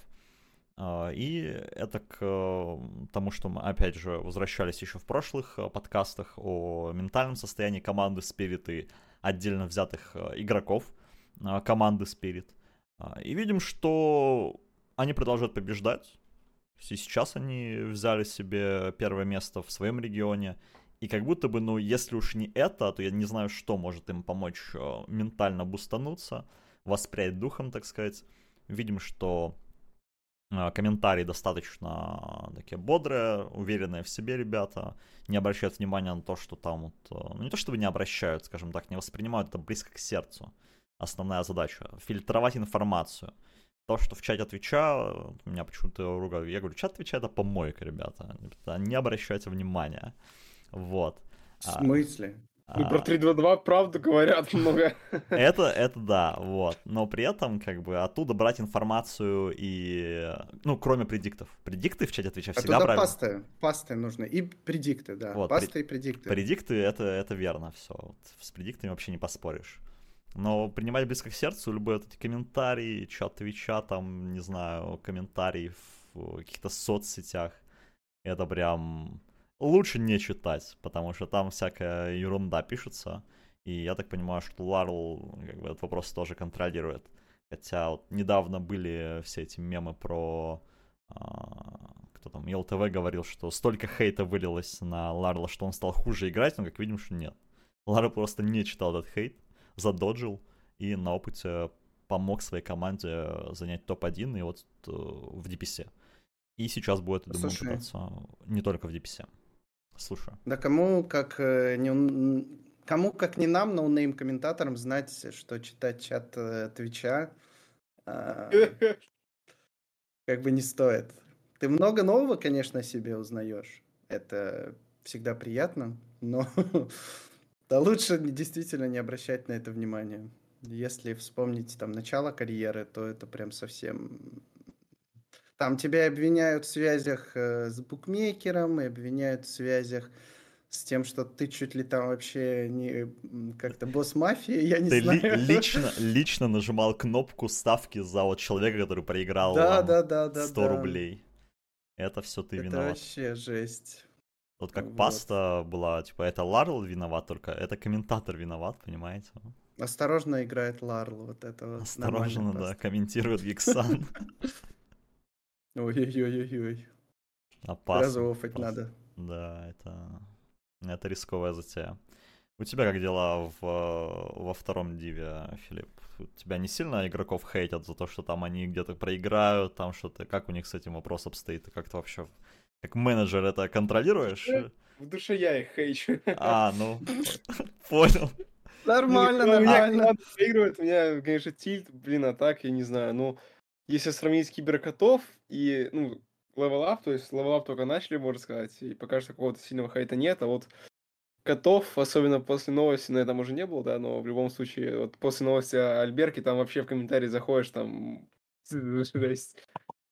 И это к тому, что мы, опять же, возвращались еще в прошлых подкастах о ментальном состоянии команды Spirit и отдельно взятых игроков команды Spirit. И видим, что они продолжают побеждать. И сейчас они взяли себе первое место в своем регионе. И как будто бы, ну, если уж не это, то я не знаю, что может им помочь ментально бустануться, воспрять духом, так сказать. Видим, что комментарии достаточно такие бодрые, уверенные в себе ребята, не обращают внимания на то, что там вот, ну не то чтобы не обращают, скажем так, не воспринимают это близко к сердцу. Основная задача — фильтровать информацию. То, что в чате Твича, меня почему-то ругают, я говорю, чат Твича — это помойка, ребята, не обращайте внимания. Вот. В смысле? Ну, про три два два правду говорят много. Это, это да, вот. Но при этом, как бы, оттуда брать информацию и... Ну, кроме предиктов. Предикты в чате Твича всегда оттуда правильно. пасты, пасты нужны. И предикты, да. Вот, пасты при... и предикты. Предикты, это, это верно все. Вот. С предиктами вообще не поспоришь. Но принимать близко к сердцу любые вот эти комментарии, чат Твича, там, не знаю, комментарии в каких-то соцсетях, это прям... Лучше не читать, потому что там всякая ерунда пишется. И я так понимаю, что Ларл как бы, этот вопрос тоже контролирует. Хотя вот недавно были все эти мемы про... А, кто там, эл тэ вэ говорил, что столько хейта вылилось на Ларла, что он стал хуже играть, но как видим, что нет. Ларл просто не читал этот хейт, задоджил и на опыте помог своей команде занять топ один и вот э, в ди пи си. И сейчас будет, я думаю, Слушай, пытаться не только в ди пи си. Слушаю. да кому как э, не, кому как не нам, ноунейм комментаторам, знать, что читать чат э, Твича э, как бы не стоит. Ты много нового, конечно, о себе узнаешь. Это всегда приятно, но да лучше действительно не обращать на это внимания. Если вспомнить там начало карьеры, то это прям совсем... Там тебя обвиняют в связях э, с букмекером, и обвиняют в связях с тем, что ты чуть ли там вообще не как-то босс мафии, я не ты знаю. Ли, лично, лично нажимал кнопку ставки за вот человека, который проиграл да, вам да, да, да, сто да. рублей. Это все ты это виноват. вообще жесть. Вот как вот. паста была, типа, это Ларл виноват, только это комментатор виноват, понимаете? Осторожно играет Ларл, вот это вот. Осторожно, да, комментирует Гиксан. Ой-ой-ой-ой. Опасно. Разофать надо. Да, это, это рисковая затея. У тебя как дела в, во втором диве, Филипп? У тебя не сильно игроков хейтят за то, что там они где-то проиграют, там что-то... Как у них с этим вопрос обстоит? Ты как-то вообще, как менеджер, это контролируешь? В душе я их хейчу. А, ну, понял. Нормально, ну, нормально. Меня проигрывает, у меня, конечно, тильт, блин, а так, я не знаю, ну, если сравнить киберкотов и, ну, Level Up, то есть Level Up только начали, можно сказать, и пока что какого-то сильного хейта нет, а вот котов, особенно после новости, на этом уже не было, да, но в любом случае, вот после новости о Альберке, там вообще в комментарии заходишь, там... жесть.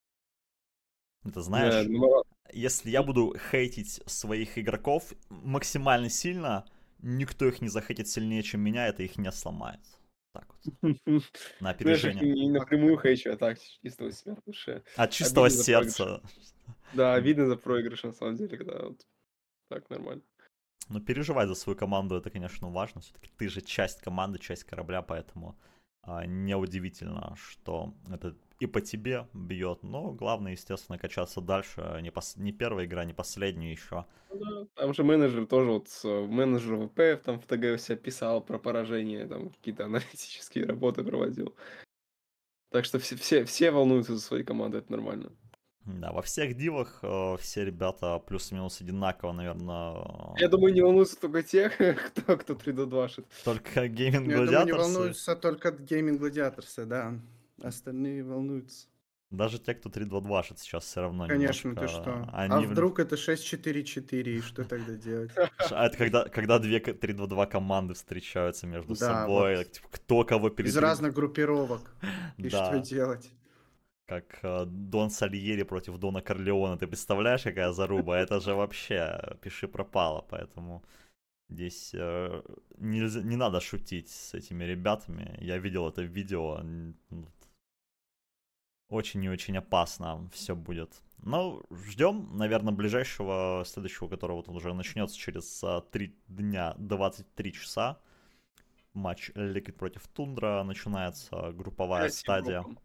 Ты Да, знаешь, ну, если я буду хейтить своих игроков максимально сильно, никто их не захейтит сильнее, чем меня, это их не сломает. Так вот, на знаешь, их опережение. не напрямую хейчу, а так, с чистого себя, потому что От чистого обидно за проигрыш. сердца. Да, обидно за проигрыш, на самом деле, когда вот так нормально. Но переживать за свою команду, это, конечно, важно. Все-таки ты же часть команды, часть корабля, поэтому а, неудивительно, что это и по тебе бьет. Но главное, естественно, качаться дальше. Не, пос... не первая игра, не последняя еще. Ну да, там же менеджер тоже, вот э, менеджер ВП там в ТГ у себя писал про поражение, там какие-то аналитические работы проводил. Так что все, все, все волнуются за свои команды, это нормально. Да, во всех дивах э, все ребята плюс-минус одинаково, наверное. Я думаю, не волнуются только те, кто, кто три дэ два-шит. Только Gaming Я думаю, не Gladiators. волнуются только Gaming Gladiators, да. Остальные волнуются. Даже те, кто три два два сейчас все равно Конечно, немножко... ты что? Они... А вдруг это шесть четыре четыре, и что тогда делать? А это когда, когда две три два два команды встречаются между Да, собой, вот. типа, кто кого Из передрив- разных группировок. И что Да, делать? как э, Дон Сальери против Дона Корлеона. Ты представляешь, какая заруба? Это же вообще пиши пропало, поэтому здесь э, нельзя, не надо шутить с этими ребятами. Я видел это видео. н- ну, Очень и очень опасно все будет. Но ждем, наверное, ближайшего, следующего, которого вот уже начнется через а, три дня, двадцать три часа. Матч Liquid против Тундра, начинается групповая Опять стадия. Европа.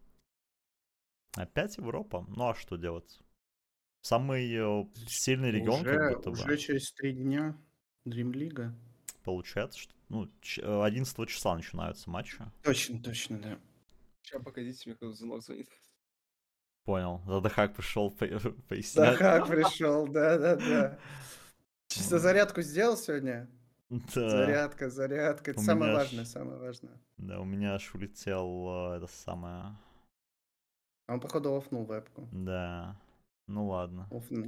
Опять Европа? Ну а что делать? Самый э, сильный регион, как Уже, будто бы. уже через три дня Dream League. Получается, что ну, ч- э, одиннадцатого числа начинаются матчи. Точно, точно, да. Сейчас, погодите, мне кто-то звонок звонит. Понял. Задахак пришел по- Да, пояснять. как пришел, да-да-да. Чисто зарядку сделал сегодня? Да. Зарядка, зарядка. Это У самое меня важное, ж- самое важное. Да, у меня аж улетел э, это самое. А он, походу, офнул вебку. Да. Ну ладно. Офнул.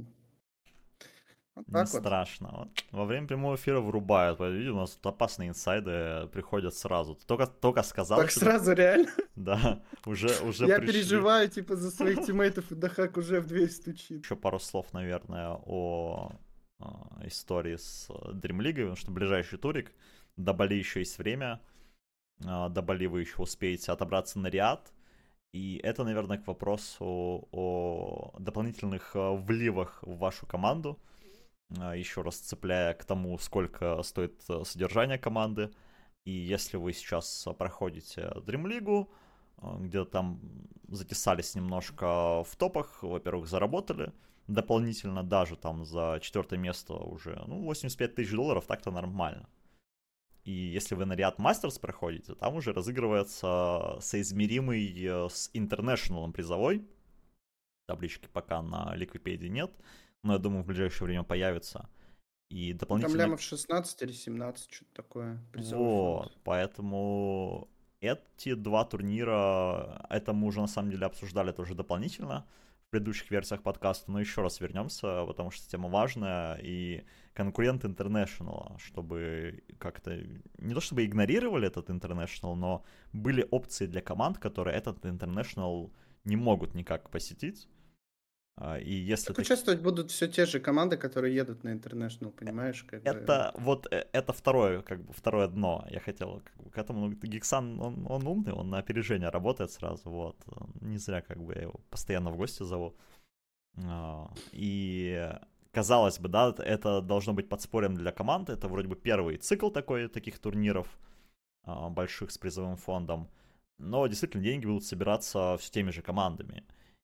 Вот Не так вот. страшно. Вот. Во время прямого эфира вырубают. Видите, у нас тут опасные инсайды приходят сразу. Ты только, только сказал, Так что... сразу реально. Да, уже, уже Я пришли. переживаю, типа, за своих тиммейтов, и Дахак уже в дверь стучит. Еще пару слов, наверное, о, э, истории с Dream League, потому что ближайший турик. До Бали еще есть время. Э, До Бали вы еще успеете отобраться на Риад. И это, наверное, к вопросу о дополнительных э, вливах в вашу команду. Э, Еще раз цепляя к тому, сколько стоит э, содержание команды. И если вы сейчас э, проходите Dream League, э, где-то там затесались немножко в топах, во-первых, заработали дополнительно, даже там за четвертое место уже, ну, восемьдесят пять тысяч долларов, так-то нормально. И если вы на Риад Мастерс проходите, там уже разыгрывается соизмеримый э, с International призовой. Таблички пока на Ликвипедии нет, но я думаю, в ближайшее время появится. И Там дополнительно... лямов шестнадцать или семнадцать, что-то такое. Призовой Вот, фонд. поэтому эти два турнира, это мы уже на самом деле обсуждали тоже дополнительно в предыдущих версиях подкаста, но еще раз вернемся, потому что тема важная, и конкурент International, чтобы как-то, не то чтобы игнорировали этот International, но были опции для команд, которые этот International не могут никак посетить. А, И если Так таки- участвовать будут все те же команды, которые едут на International, понимаешь? Как бы. Это вот э, это второе, как бы второе дно. Я хотел как бы, к этому. Ну, Гиксан, он, он умный, он на опережение работает сразу. Вот. Не зря как бы я его постоянно в гости зову. А, И казалось бы, да, это должно быть подспорьем для команды. Это вроде бы первый цикл такой, таких турниров а, больших с призовым фондом. Но действительно деньги будут собираться все теми же командами.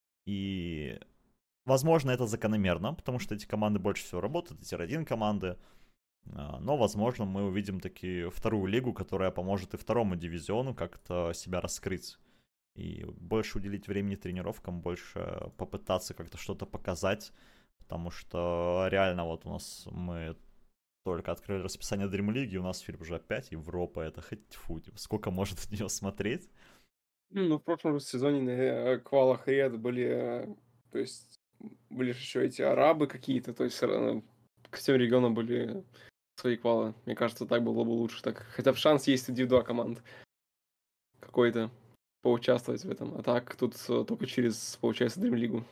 И возможно, это закономерно, потому что эти команды больше всего работают, эти один команды. А, Но, возможно, мы увидим таки вторую лигу, которая поможет и второму дивизиону как-то себя раскрыть. И больше уделить времени тренировкам, больше попытаться как-то что-то показать. Потому что реально вот у нас мы только открыли расписание Dream League, и у нас фильм уже опять Европа. Это хоть тьфу, типа, сколько может от нее смотреть? Ну, в прошлом же сезоне на э, квалах Риад были, э, то есть, были же еще эти арабы какие-то, то есть всё равно к всем регионам были свои квалы. Мне кажется, так было бы лучше. Так хотя бы шанс есть у Див два команд какой-то поучаствовать в этом. А так тут э, только через, получается, Dream League.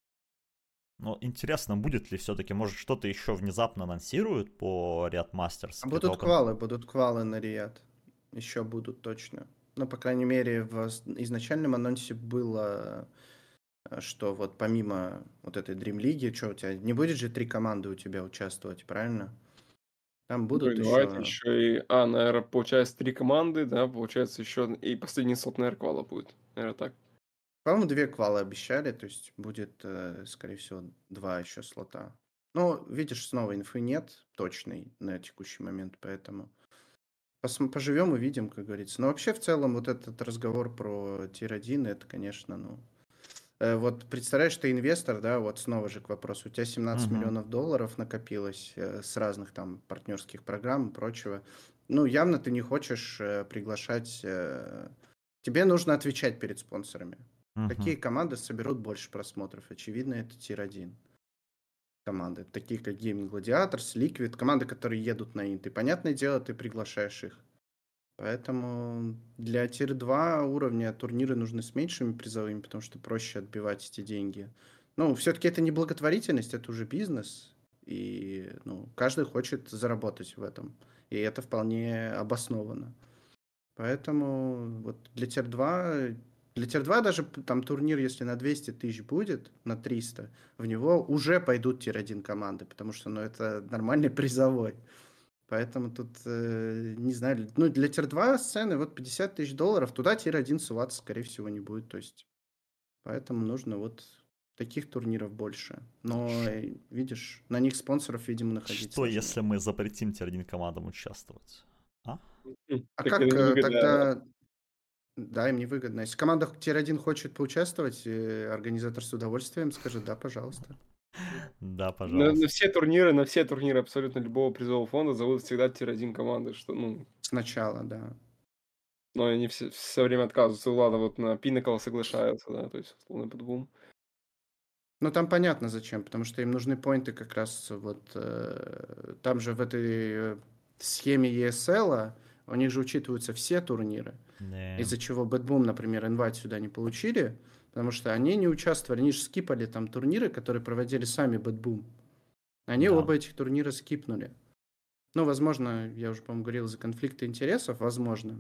Ну, интересно, будет ли все-таки, может, что-то еще внезапно анонсируют по Riot Masters? А будут квалы, будут квалы на Риад. Еще будут точно. Ну, по крайней мере, в изначальном анонсе было, что вот помимо вот этой Dream League, что у тебя, не будет же три команды у тебя участвовать, правильно? Там будут Ой, еще... давайте еще и... А, наверное, получается, три команды, да, получается, еще и последний слот, наверное, квала будет. Наверное, так. По-моему, две квалы обещали, то есть будет, скорее всего, два еще слота. Ну, видишь, снова инфы нет точной на текущий момент, поэтому пос- поживем и видим, как говорится. Но вообще, в целом, вот этот разговор про тир один, это, конечно, ну... э, Вот представляешь, ты инвестор, да, вот снова же к вопросу, у тебя семнадцать Мгм. миллионов долларов накопилось э, с разных там партнерских программ и прочего. Ну, явно ты не хочешь э, приглашать... э, Тебе нужно отвечать перед спонсорами. Мгм. Какие команды соберут больше просмотров? Очевидно, это тир один команды. Такие как Gaming Gladiators, Liquid, команды, которые едут на инт. И, понятное дело, ты приглашаешь их. Поэтому для тир два уровня турниры нужны с меньшими призовыми, потому что проще отбивать эти деньги. Ну, все-таки это не благотворительность, это уже бизнес. И ну, каждый хочет заработать в этом. И это вполне обосновано. Поэтому вот для тир два, для тир два даже там турнир, если на двести тысяч будет, на триста, в него уже пойдут тир один команды, потому что ну, это нормальный призовой. Поэтому тут, э, не знаю, ну для тир два сцены вот пятьдесят тысяч долларов, туда тир один суваться, скорее всего, не будет. То есть, поэтому нужно вот таких турниров больше. Но, э, видишь, на них спонсоров, видимо, находить Что, сложнее. если мы запретим тир один командам участвовать? А? М, А Так как это э, невыгодно. тогда... Да, им невыгодно. Если команда тир один хочет поучаствовать, э, организатор с удовольствием скажет, да, пожалуйста. Да, На, на пожалуйста. все турниры, на все турниры абсолютно любого призового фонда зовут всегда тир один команды, что, ну, Сначала, да. но они все, все время отказываются. Ладно, вот на Pinnacle соглашаются, да, то есть условно под бум. Ну, там понятно зачем, потому что им нужны поинты как раз вот... э, там же в этой э, схеме и эс эл у них же учитываются все турниры, Да. из-за чего Bad Boom, например, инвайт сюда не получили, потому что они не участвовали, они же скипали там турниры, которые проводили сами Bad Boom. Они Да. оба этих турнира скипнули. Ну, возможно, я уже, по-моему, говорил за конфликты интересов, возможно.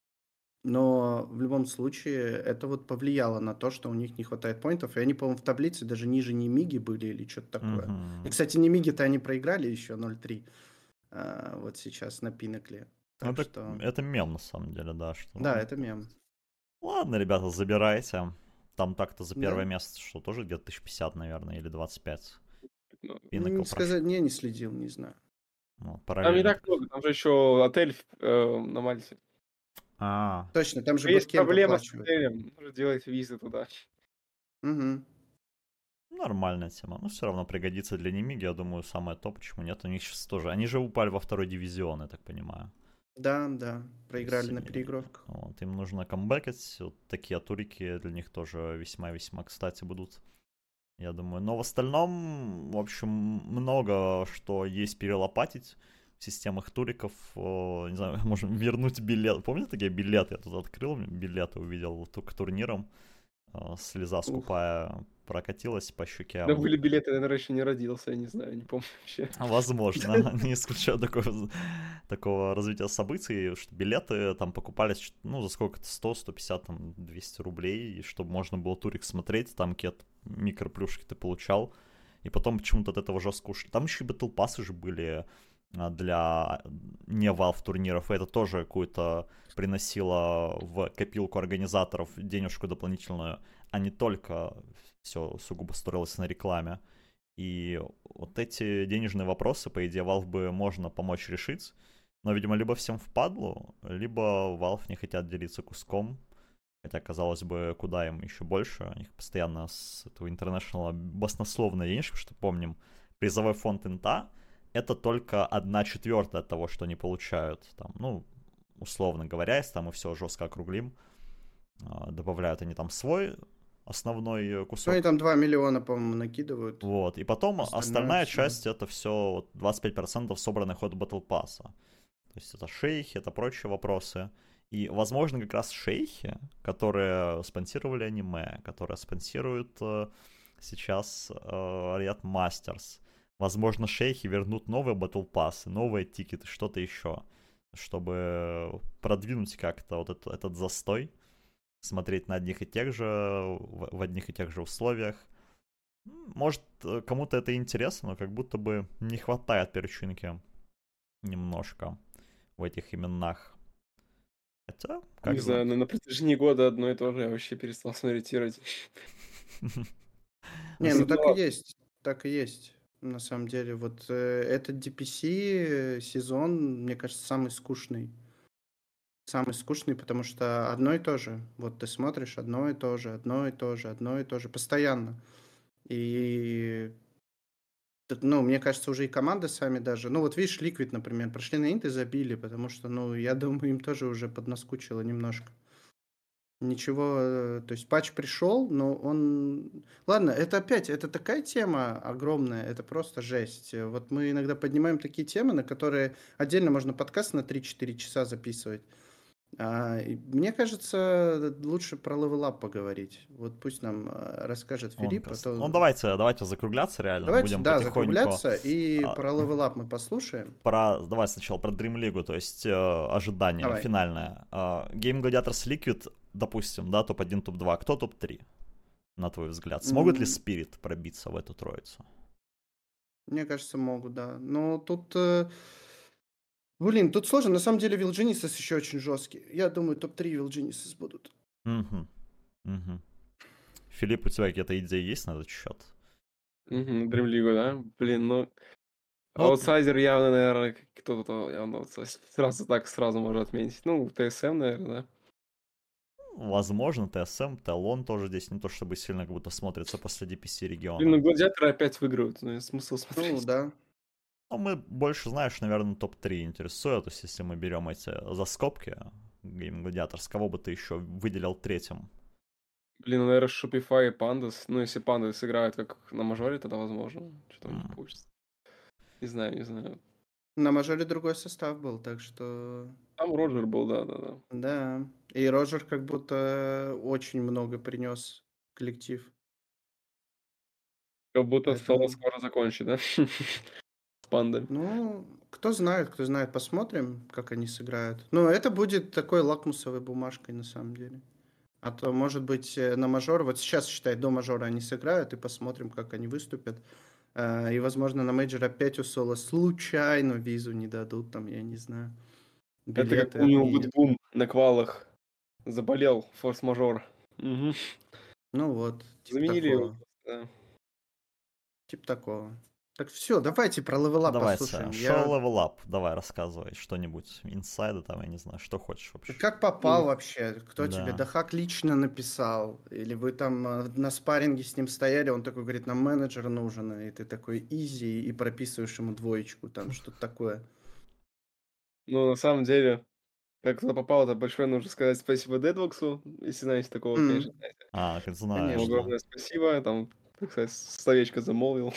Но в любом случае это вот повлияло на то, что у них не хватает поинтов. И они, по-моему, в таблице даже ниже Немиги были или что-то такое. Мгм. И, кстати, Немиги-то они проиграли еще ноль три. а, вот сейчас на Пинакле. Ну, Так это, что... это мем, на самом деле, да. Что... Да, это мем. Ладно, ребята, забирайте. Там так-то за Да. первое место, что тоже где-то тысяч пятьдесят, наверное, или двадцать пять. Ну, Pinnacle Не прошел. сказать, не, не следил, не знаю. Ну, Там не параллельно. так много, там же еще отель э, на Мальте. А, Точно, там же Есть Bootcamp проблема с оплачивают. отелем, нужно делать визы туда. Угу. нормальная тема. Ну, все равно пригодится для Немиги, я думаю, самое то, почему нет. У них сейчас тоже... Они же упали во второй дивизион, я так понимаю. Да, да, проиграли на Если- переигровках. Вот, им нужно камбэкать. Вот такие турики для них тоже весьма-весьма кстати будут. Я думаю. Но в остальном, в общем, много что есть перелопатить в системах туриков. О, не знаю, можем вернуть билет. Помните такие билеты? Я тут открыл билеты, увидел ту- к турнирам. Э, Слеза скупая прокатилась по щеке. Да были билеты, я, наверное, еще не родился, я не знаю, не помню вообще. Возможно, не исключаю такого, такого развития событий, что билеты там покупались, ну, за сколько-то, сто, сто пятьдесят, там, двести рублей, и чтобы можно было турик смотреть, там какие-то микроплюшки ты получал, и потом почему-то от этого жестко ушли. Там еще и Battle Pass'ы же были а, для не Valve турниров, и это тоже какую-то приносило в копилку организаторов денежку дополнительную, а не только все сугубо строилось на рекламе. И вот эти денежные вопросы, по идее, Valve бы можно помочь решить, но, видимо, либо всем впадлу, либо Valve не хотят делиться куском, хотя, казалось бы, куда им еще больше, у них постоянно с этого International баснословная денежка, что помним, призовой фонд Инта — это только одна четвертая от того, что они получают, там, ну, условно говоря, если там мы все жестко округлим, добавляют они там свой основной э, Ну, кусок. они там два миллиона, по-моему, накидывают. Вот, и потом Остальное остальная всё. часть это все вот двадцать пять процентов собранных от Battle Pass. То есть это шейхи, это прочие вопросы. И, возможно, как раз шейхи, которые спонсировали аниме, которые спонсируют э, сейчас э, Riot Masters, возможно, шейхи вернут новые Battle Pass, новые тикеты, что-то еще, чтобы продвинуть как-то вот это, этот застой, смотреть на одних и тех же, в, в одних и тех же условиях. Может, э, кому-то это интересно, но как будто бы не хватает перчинки немножко в этих именах. Хотя, как Не знать. знаю, но на протяжении года одно и то же я вообще перестал смотреть. Не, ну Ну так и ладно. есть. Так и есть. На самом деле, вот э, этот ди пи си сезон, мне кажется, самый скучный. Самый скучный, потому что одно и то же. Вот ты смотришь одно и то же, одно и то же, одно и то же, постоянно. И, т- ну, мне кажется, уже и команды сами даже... Ну, вот видишь, Liquid, например, прошли на инт и забили, потому что, ну, я думаю, им тоже уже поднаскучило немножко. Ничего, э, то есть патч пришел, но он... Ладно, это опять, это такая тема огромная, это просто жесть. Э, Вот мы иногда поднимаем такие темы, на которые отдельно можно подкаст на три-четыре часа записывать. А, и мне кажется, лучше про Level Up поговорить. Вот пусть нам а, расскажет Он Филипп, а крас- Ну, то... давайте, давайте закругляться реально. Давайте, Будем да, потихоньку закругляться, и а, про Level Up мы послушаем. про... Давай сначала про Dream League, то есть э, ожидание Давай. финальное. А, Game Gladiators Liquid, допустим, да, топ один, топ два. Кто топ три, на твой взгляд? Смогут ли М, Spirit пробиться в эту троицу? Мне кажется, могут, да. Но тут... э, Блин, тут сложно. На самом деле, Will Genesis еще очень жесткий. Я думаю, топ три Will Genesis будут. Угу, угу. Филипп, у тебя какие-то идеи есть на этот счет? Мгм, Dream League, да? Блин, ну, Ну, вот, аутсайдер явно, наверное, кто-то явно аутсайдер. Сразу так, сразу можно отметить. Ну, тэ эс эм, наверное, да? возможно, ти эс эм, Талон тоже здесь не то чтобы сильно как будто смотрится после ди пи си Блин, ну, региона. гладиаторы опять выиграют, ну, и смысл Ну, смотреть. да. Но мы больше, знаешь, наверное, топ три интересует. То есть, если мы берем эти заскобки Game Gladiators, кого бы ты еще выделил третьим? Блин, ну, наверное, Shopify и Pandas. Ну, если Pandas играют как на мажоре, тогда возможно. Что-то у них М. получится. Не знаю, не знаю. На мажоре другой состав был, так что... Там Роджер был, да-да-да. Да. И Роджер как будто очень много принес коллектив. Как будто стало Поэтому, скоро закончить, да? С пандами. ну, кто знает, кто знает, посмотрим, как они сыграют. Но это будет такой лакмусовой бумажкой на самом деле. А то, может быть, э, на мажор, вот сейчас, считай, до мажора они сыграют, и посмотрим, как они выступят. А, И, возможно, на мейджор опять у Соло случайно визу не дадут, там, я не знаю, Это как билеты помню, отменят. Гудбум на квалах заболел, форс-мажор. Мгм. Ну вот, типа Заменили его, такого. да. Типа такого. Так все, давайте про левела Давайте, послушаем. шоу Я Level Up, давай рассказывай что-нибудь, инсайды там, я не знаю, что хочешь вообще. как попал Ну, вообще? Кто тебе? Да. Дахак лично написал? Или вы там э, на спарринге с ним стояли, он такой говорит, нам менеджер нужен, и ты такой изи, и прописываешь ему двоечку, там что-то такое. ну, на самом деле, как туда попал, это большое нужно сказать спасибо Дедвоксу, если знаете такого, конечно, М, знаете. А, как знаешь, Ему Конечно. да. огромное спасибо, там, так сказать, словечко замолвил.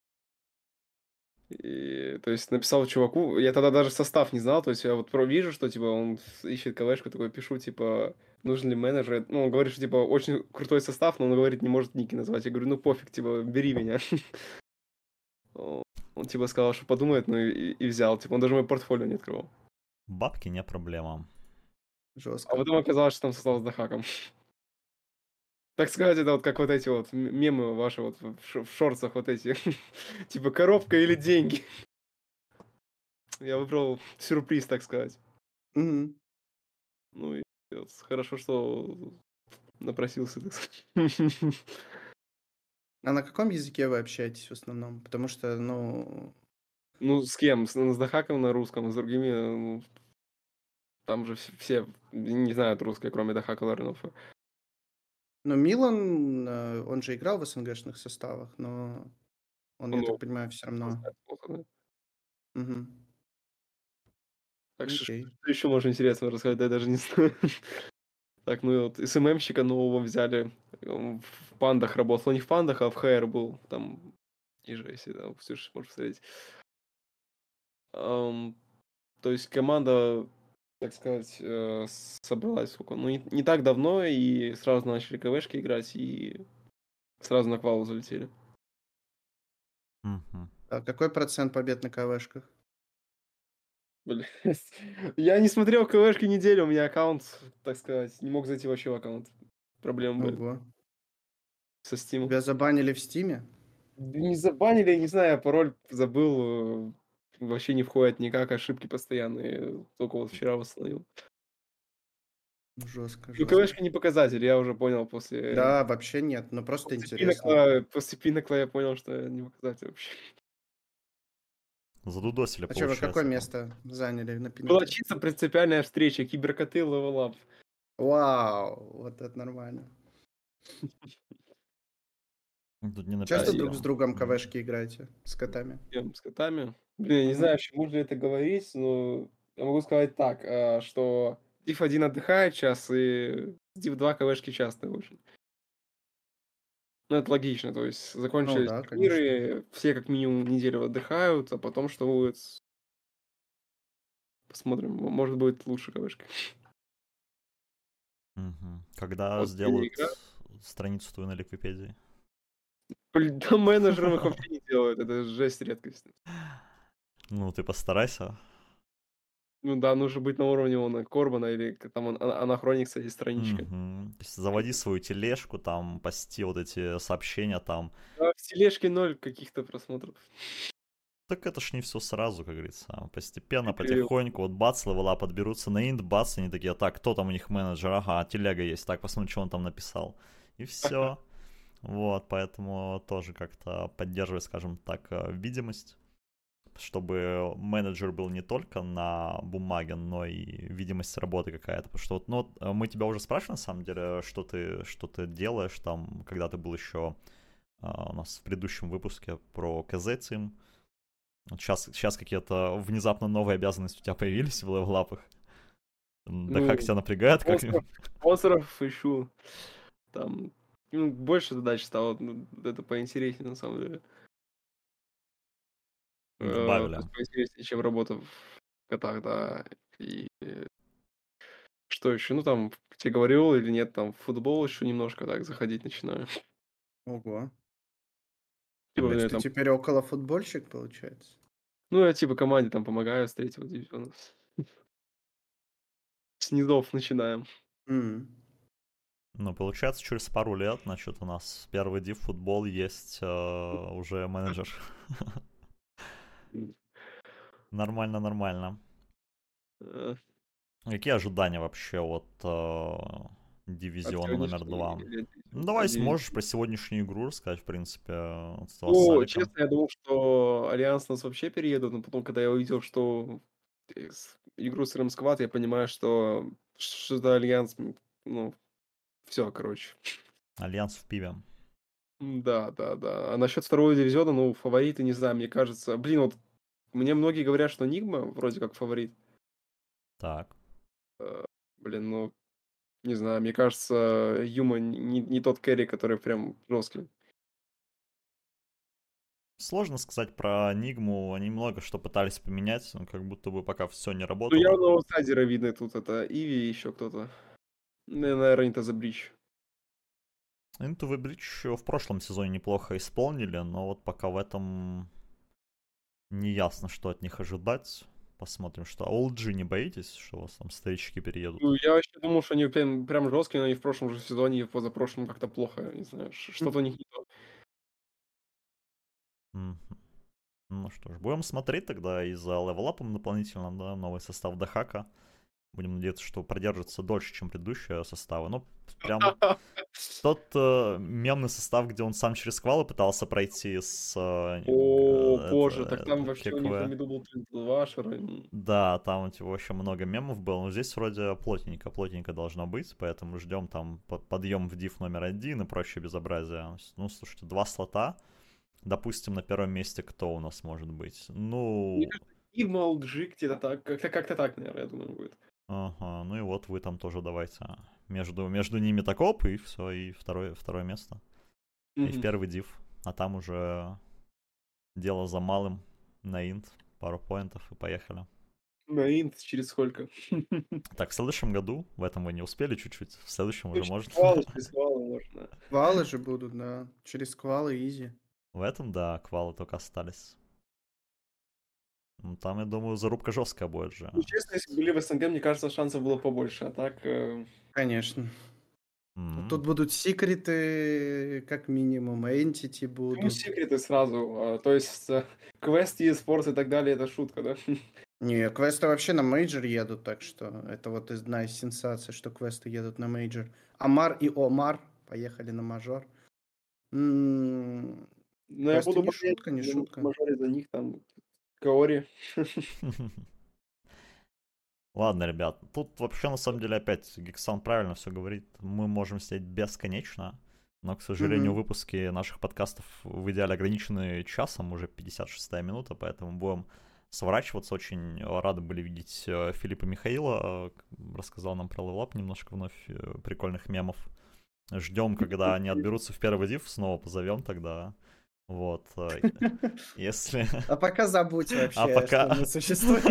И, то есть написал чуваку, я тогда даже состав не знал, то есть я вот про вижу, что типа он ищет КВшку, такой пишу, типа, нужен ли менеджер, ну, он говорит, что типа очень крутой состав, но он говорит, не может ники назвать, я говорю, ну пофиг, типа, бери меня. О, Он типа сказал, что подумает, ну и, и взял, типа, он даже мой портфолио не открывал. Бабки не проблема. А Жестко. потом оказалось, что там состав с Дахаком. Так сказать, это вот как вот эти вот м- мемы ваши вот в ш- в шорцах вот эти, типа коробка или деньги. Я выбрал сюрприз, так сказать. Мгм. Ну и вот хорошо, что напросился, так сказать. А на каком языке вы общаетесь в основном? Потому что, ну, Ну, с кем? С, с Дахаком на русском, с другими, ну, там же вс- все не знают русское, кроме Дахака Ларинова. ну Милан, э, он же играл в СНГшных составах, но он, я Ну, так понимаю, все равно. знает плохо, да. Мгм. Так что что Окей. еще можно интересно рассказать, да, я даже не знаю. Так, ну и вот СММщика нового взяли, Он в пандах работал. Не в пандах, а в Хайр был. Там ниже, если да, все же можешь посмотреть. Ам, то есть команда, так сказать, э, собралась сколько? Ну, не, не так давно, и сразу начали КВшки играть, и сразу на квалу залетели. Мгм. А какой процент побед на КВшках? Блядь. Я не смотрел КВшки неделю, у меня аккаунт, так сказать, не мог зайти вообще в аккаунт. Проблемы были Ого. со Steam. Тебя забанили в Стиме? Не забанили, не знаю, пароль забыл, э, вообще не входит никак, ошибки постоянные, только вот вчера восстановил. Жестко, Ну, жестко. КВшка не показатель, я уже понял после... Да, вообще нет, ну просто После интересно. пинакла, после пинакла я понял, что не показатель вообще. Задудосили, А что, вы получается. какое там. место заняли на Была пинакле? чисто принципиальная встреча, киберкоты, левел ап. Вау, вот это нормально. Тут не Часто написано. друг с другом М. КВшки играете? С котами? С котами. Блин, я не Мгм. знаю, вообще можно ли это говорить, но я могу сказать так, а, что Div один отдыхает час, и Div два КВшки часто очень. Ну, это логично, то есть Ну закончились да, конечно. турниры, все как минимум неделю отдыхают, а потом что будет? Посмотрим, м- может быть лучше КВшка. Мгм. Когда Вот сегодня сделают игра. страницу твою на Ликвипедии? Блин, да менеджером их вообще не делают, это жесть редкость. Ну, ты постарайся. Ну да, нужно быть на уровне вон, Корбана или к- там ан- ан- Анахроникса есть страничка. Мгм. То есть заводи свою тележку, там, пости вот эти сообщения там. А в тележке ноль каких-то просмотров. Так это ж не все сразу, как говорится. Постепенно, Ты перевел. потихоньку. Вот бац, левела подберутся на инт, бац, они такие, так, кто там у них менеджер? Ага, телега есть, так, посмотрим, что он там написал. И все. Вот, поэтому тоже как-то поддерживать, скажем так, э, видимость, чтобы менеджер был не только на бумаге, но и видимость работы какая-то. Потому что вот, ну, вот, э, мы тебя уже спрашивали, на самом деле, что ты, что ты делаешь там, когда ты был еще а, у нас в предыдущем выпуске про КЗ-тим. Вот сейчас, сейчас какие-то внезапно новые обязанности у тебя появились в левелапах. Да Ну, как тебя напрягает, как... спонсоров, спонсоров ищу. Там ну, больше задач стало. Ну, это поинтереснее, на самом деле. Э, то Добавили. есть поинтереснее, чем работа в котах, да. И э, что еще? Ну, там, тебе говорил или нет, там, в футбол еще немножко так заходить начинаю. Ого. Типа, То мне есть ты там, теперь около футбольщик, получается? ну, я типа команде там помогаю с третьего дивизиона. С низов начинаем. М. Ну, получается, через пару лет, значит, у нас первый див футбол есть э, уже менеджер. Нормально, нормально. Э, Какие ожидания вообще от э, От дивизиона номер сегодняшней два? или Ну, от давай дивизиона? сможешь про сегодняшнюю игру рассказать, в принципе, вот с Ну, Вассаликом. честно, я думал, что Альянс нас вообще переедут, но потом, когда я увидел, что э, с- игру с Рэм-Сквад, я понимаю, что что за Альянс, м, ну, все, короче. Альянс в пиве. М, Да, да, да. А насчет второго дивизиона, ну, фавориты, не знаю, мне кажется. Блин, вот мне многие говорят, что Нигма вроде как фаворит. Так. Э, Блин, ну, не знаю, мне кажется, Юма не, не тот кэрри, который прям жесткий. Сложно сказать про Нигму, они много что пытались поменять, но как будто бы пока все не Ну, работало. явно аутсайдера видно тут, это Иви и еще кто-то. Ну, наверное, это The Breach. Into the Breach в прошлом сезоне неплохо исполнили, но вот пока в этом не ясно, что от них ожидать. Посмотрим, что. А эл джи не боитесь, что у вас там старички переедут? Ну, я вообще думал, что они прям, прям жесткие, но они в прошлом же сезоне и в позапрошлом как-то плохо, не знаю, ш- что-то у них не то. Мгм. Ну что ж, будем смотреть тогда и за левелапом дополнительно, да, новый состав Дахака. Будем надеяться, что продержится дольше, чем предыдущие составы. Ну, прям тот э, мемный состав, где он сам через квалы пытался пройти с... э, О, э, боже, это, так там это, вообще у них на ККВ. миду был Вашер. м. Да, там у него еще много мемов было, но здесь вроде плотненько, плотненько должно быть, поэтому ждем там под- подъем в див номер один и прочее безобразие. Ну, слушайте, два слота, допустим, на первом месте кто у нас может быть? Ну, Мне кажется, Нигма, эл джи где-то так, как-то как-то так, наверное, я думаю, будет. ага, ну и вот вы там тоже давайте между, между ними такоп, и все, и второе, второе место. И в Мгм. первый див. А там уже дело за малым на инт, пару поинтов и поехали. На инт через сколько? Так, в следующем году, в этом вы не успели чуть-чуть, в следующем уже Через можно. квалы, через квалы можно. Квалы же будут, да. Через квалы изи. В этом, да, квалы только остались. Ну, там, я думаю, зарубка жесткая будет же. Ну, честно, если бы были в СНГ, мне кажется, шансов было побольше. А так, э, Конечно. М. Тут будут секреты, как минимум, entity ну, будут. секреты сразу. а, То есть, э, квест, e-спорт и так далее, это шутка, да? Не, квесты вообще на мейджор едут, так что это вот одна из сенсаций, что квесты едут на мейджор. Амар и Омар поехали на мажор. М, Но я Квесты буду не болеть шутка, не за шутка. мажоре за них, там, Каори. Ладно, ребят, тут вообще на самом деле опять Гексан правильно все говорит. Мы можем сидеть бесконечно, но, к сожалению, Мгм. выпуски наших подкастов в идеале ограничены часом, уже пятьдесят шестая минута, поэтому будем сворачиваться. Очень рады были видеть э, Филиппа Михаила, э, рассказал нам про левелап немножко вновь, э, прикольных мемов. Ждем, когда они отберутся в первый див, снова позовем тогда. Вот, э, если... А пока забудь А вообще, пока... что мы существуем.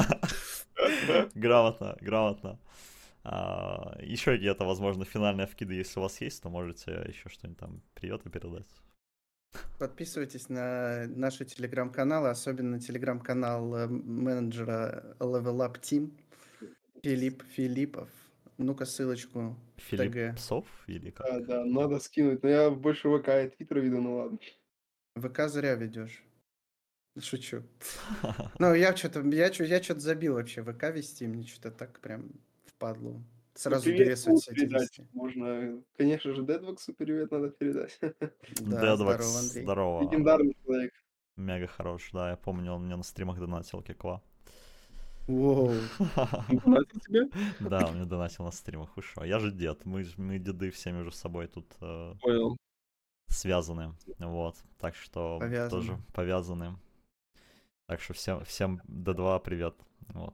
Грамотно, грамотно. А, еще какие-то, возможно, финальные вкиды, если у вас есть, то можете еще что-нибудь там приветы передать. Подписывайтесь на наши телеграм-каналы, особенно на телеграм-канал э, менеджера Level Up Team, Филипп Филиппов. Ну-ка ссылочку в Филипп ТГ. Псов или как? Да, да, надо скинуть. Но я больше ВК и Твиттер веду, ну ладно. ВК зря ведешь. Шучу. Ну, я что-то я, чё- я что-то забил вообще ВК вести, мне что-то так прям впадло. Ну, Сразу привет две Пулу соцсети передать вести. можно. Конечно же, Дедвоксу привет надо передать. Да, Дедвакс, здорово, Андрей. здорово. Легендарный человек. Мега хорош, да, я помню, он мне на стримах донатил кекла. Воу. Донатил тебе? Да, он мне донатил на стримах, вы шо? Я же дед, мы, ж- мы деды все между собой тут э, Понял. связаны, вот, так что Повязаны. тоже повязаны. Так что всем, всем ди два привет, вот.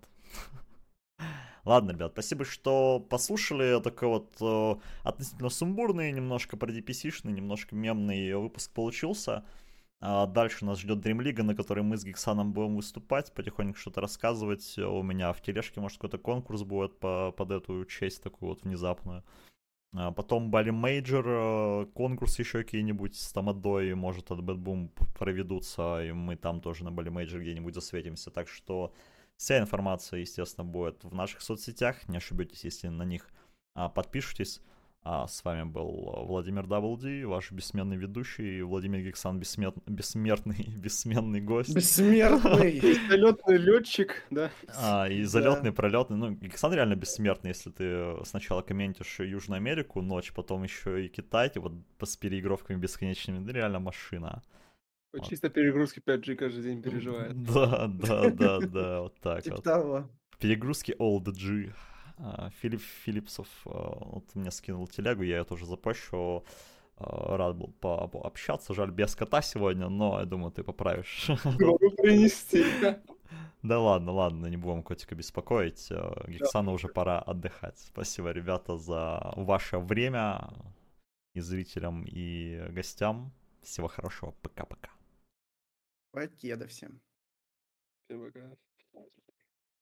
Ладно, ребят, спасибо, что послушали. Такой вот э, относительно сумбурный, немножко про ди пи си-шный, немножко мемный выпуск получился. А дальше нас ждет Dream League, на которой мы с Гексаном будем выступать, потихоньку что-то рассказывать. У меня в тележке, может, какой-то конкурс будет по, под эту честь такую вот внезапную. А потом Бали Мейджор, конкурс еще какие-нибудь с Тамадой, может, от Bad Boom проведутся, и мы там тоже на Бали Мейджор где-нибудь засветимся. Так что вся информация, естественно, будет в наших соцсетях. Не ошибетесь, если на них а, подпишитесь. А с вами был Владимир Даблди, ваш бессменный ведущий, Владимир Гексан, бессмер... бессмертный, бессменный гость. Бессмертный. Залетный летчик, да. А, и Да. залетный, пролетный. Ну, Гексан реально бессмертный, если ты сначала комментишь Южную Америку ночь, потом еще и Китай, и вот с переигровками бесконечными. Да, реально машина. По Вот. чисто перегрузки пять джи каждый день переживает. Да, да, да, да, вот так Типа вот. того. Перегрузки Old G. А, Филипп Филипсов а, вот мне скинул телегу, я ее тоже запощу. А, Рад был по- пообщаться. Жаль, без кота сегодня, но я думаю, ты поправишь. Могу принести. Да ладно, ладно, не будем котика беспокоить. Э, Гексану уже пора отдыхать. Спасибо, ребята, за ваше время. И зрителям, и гостям. Всего хорошего. Пока-пока. Покеда всем. Всем пока.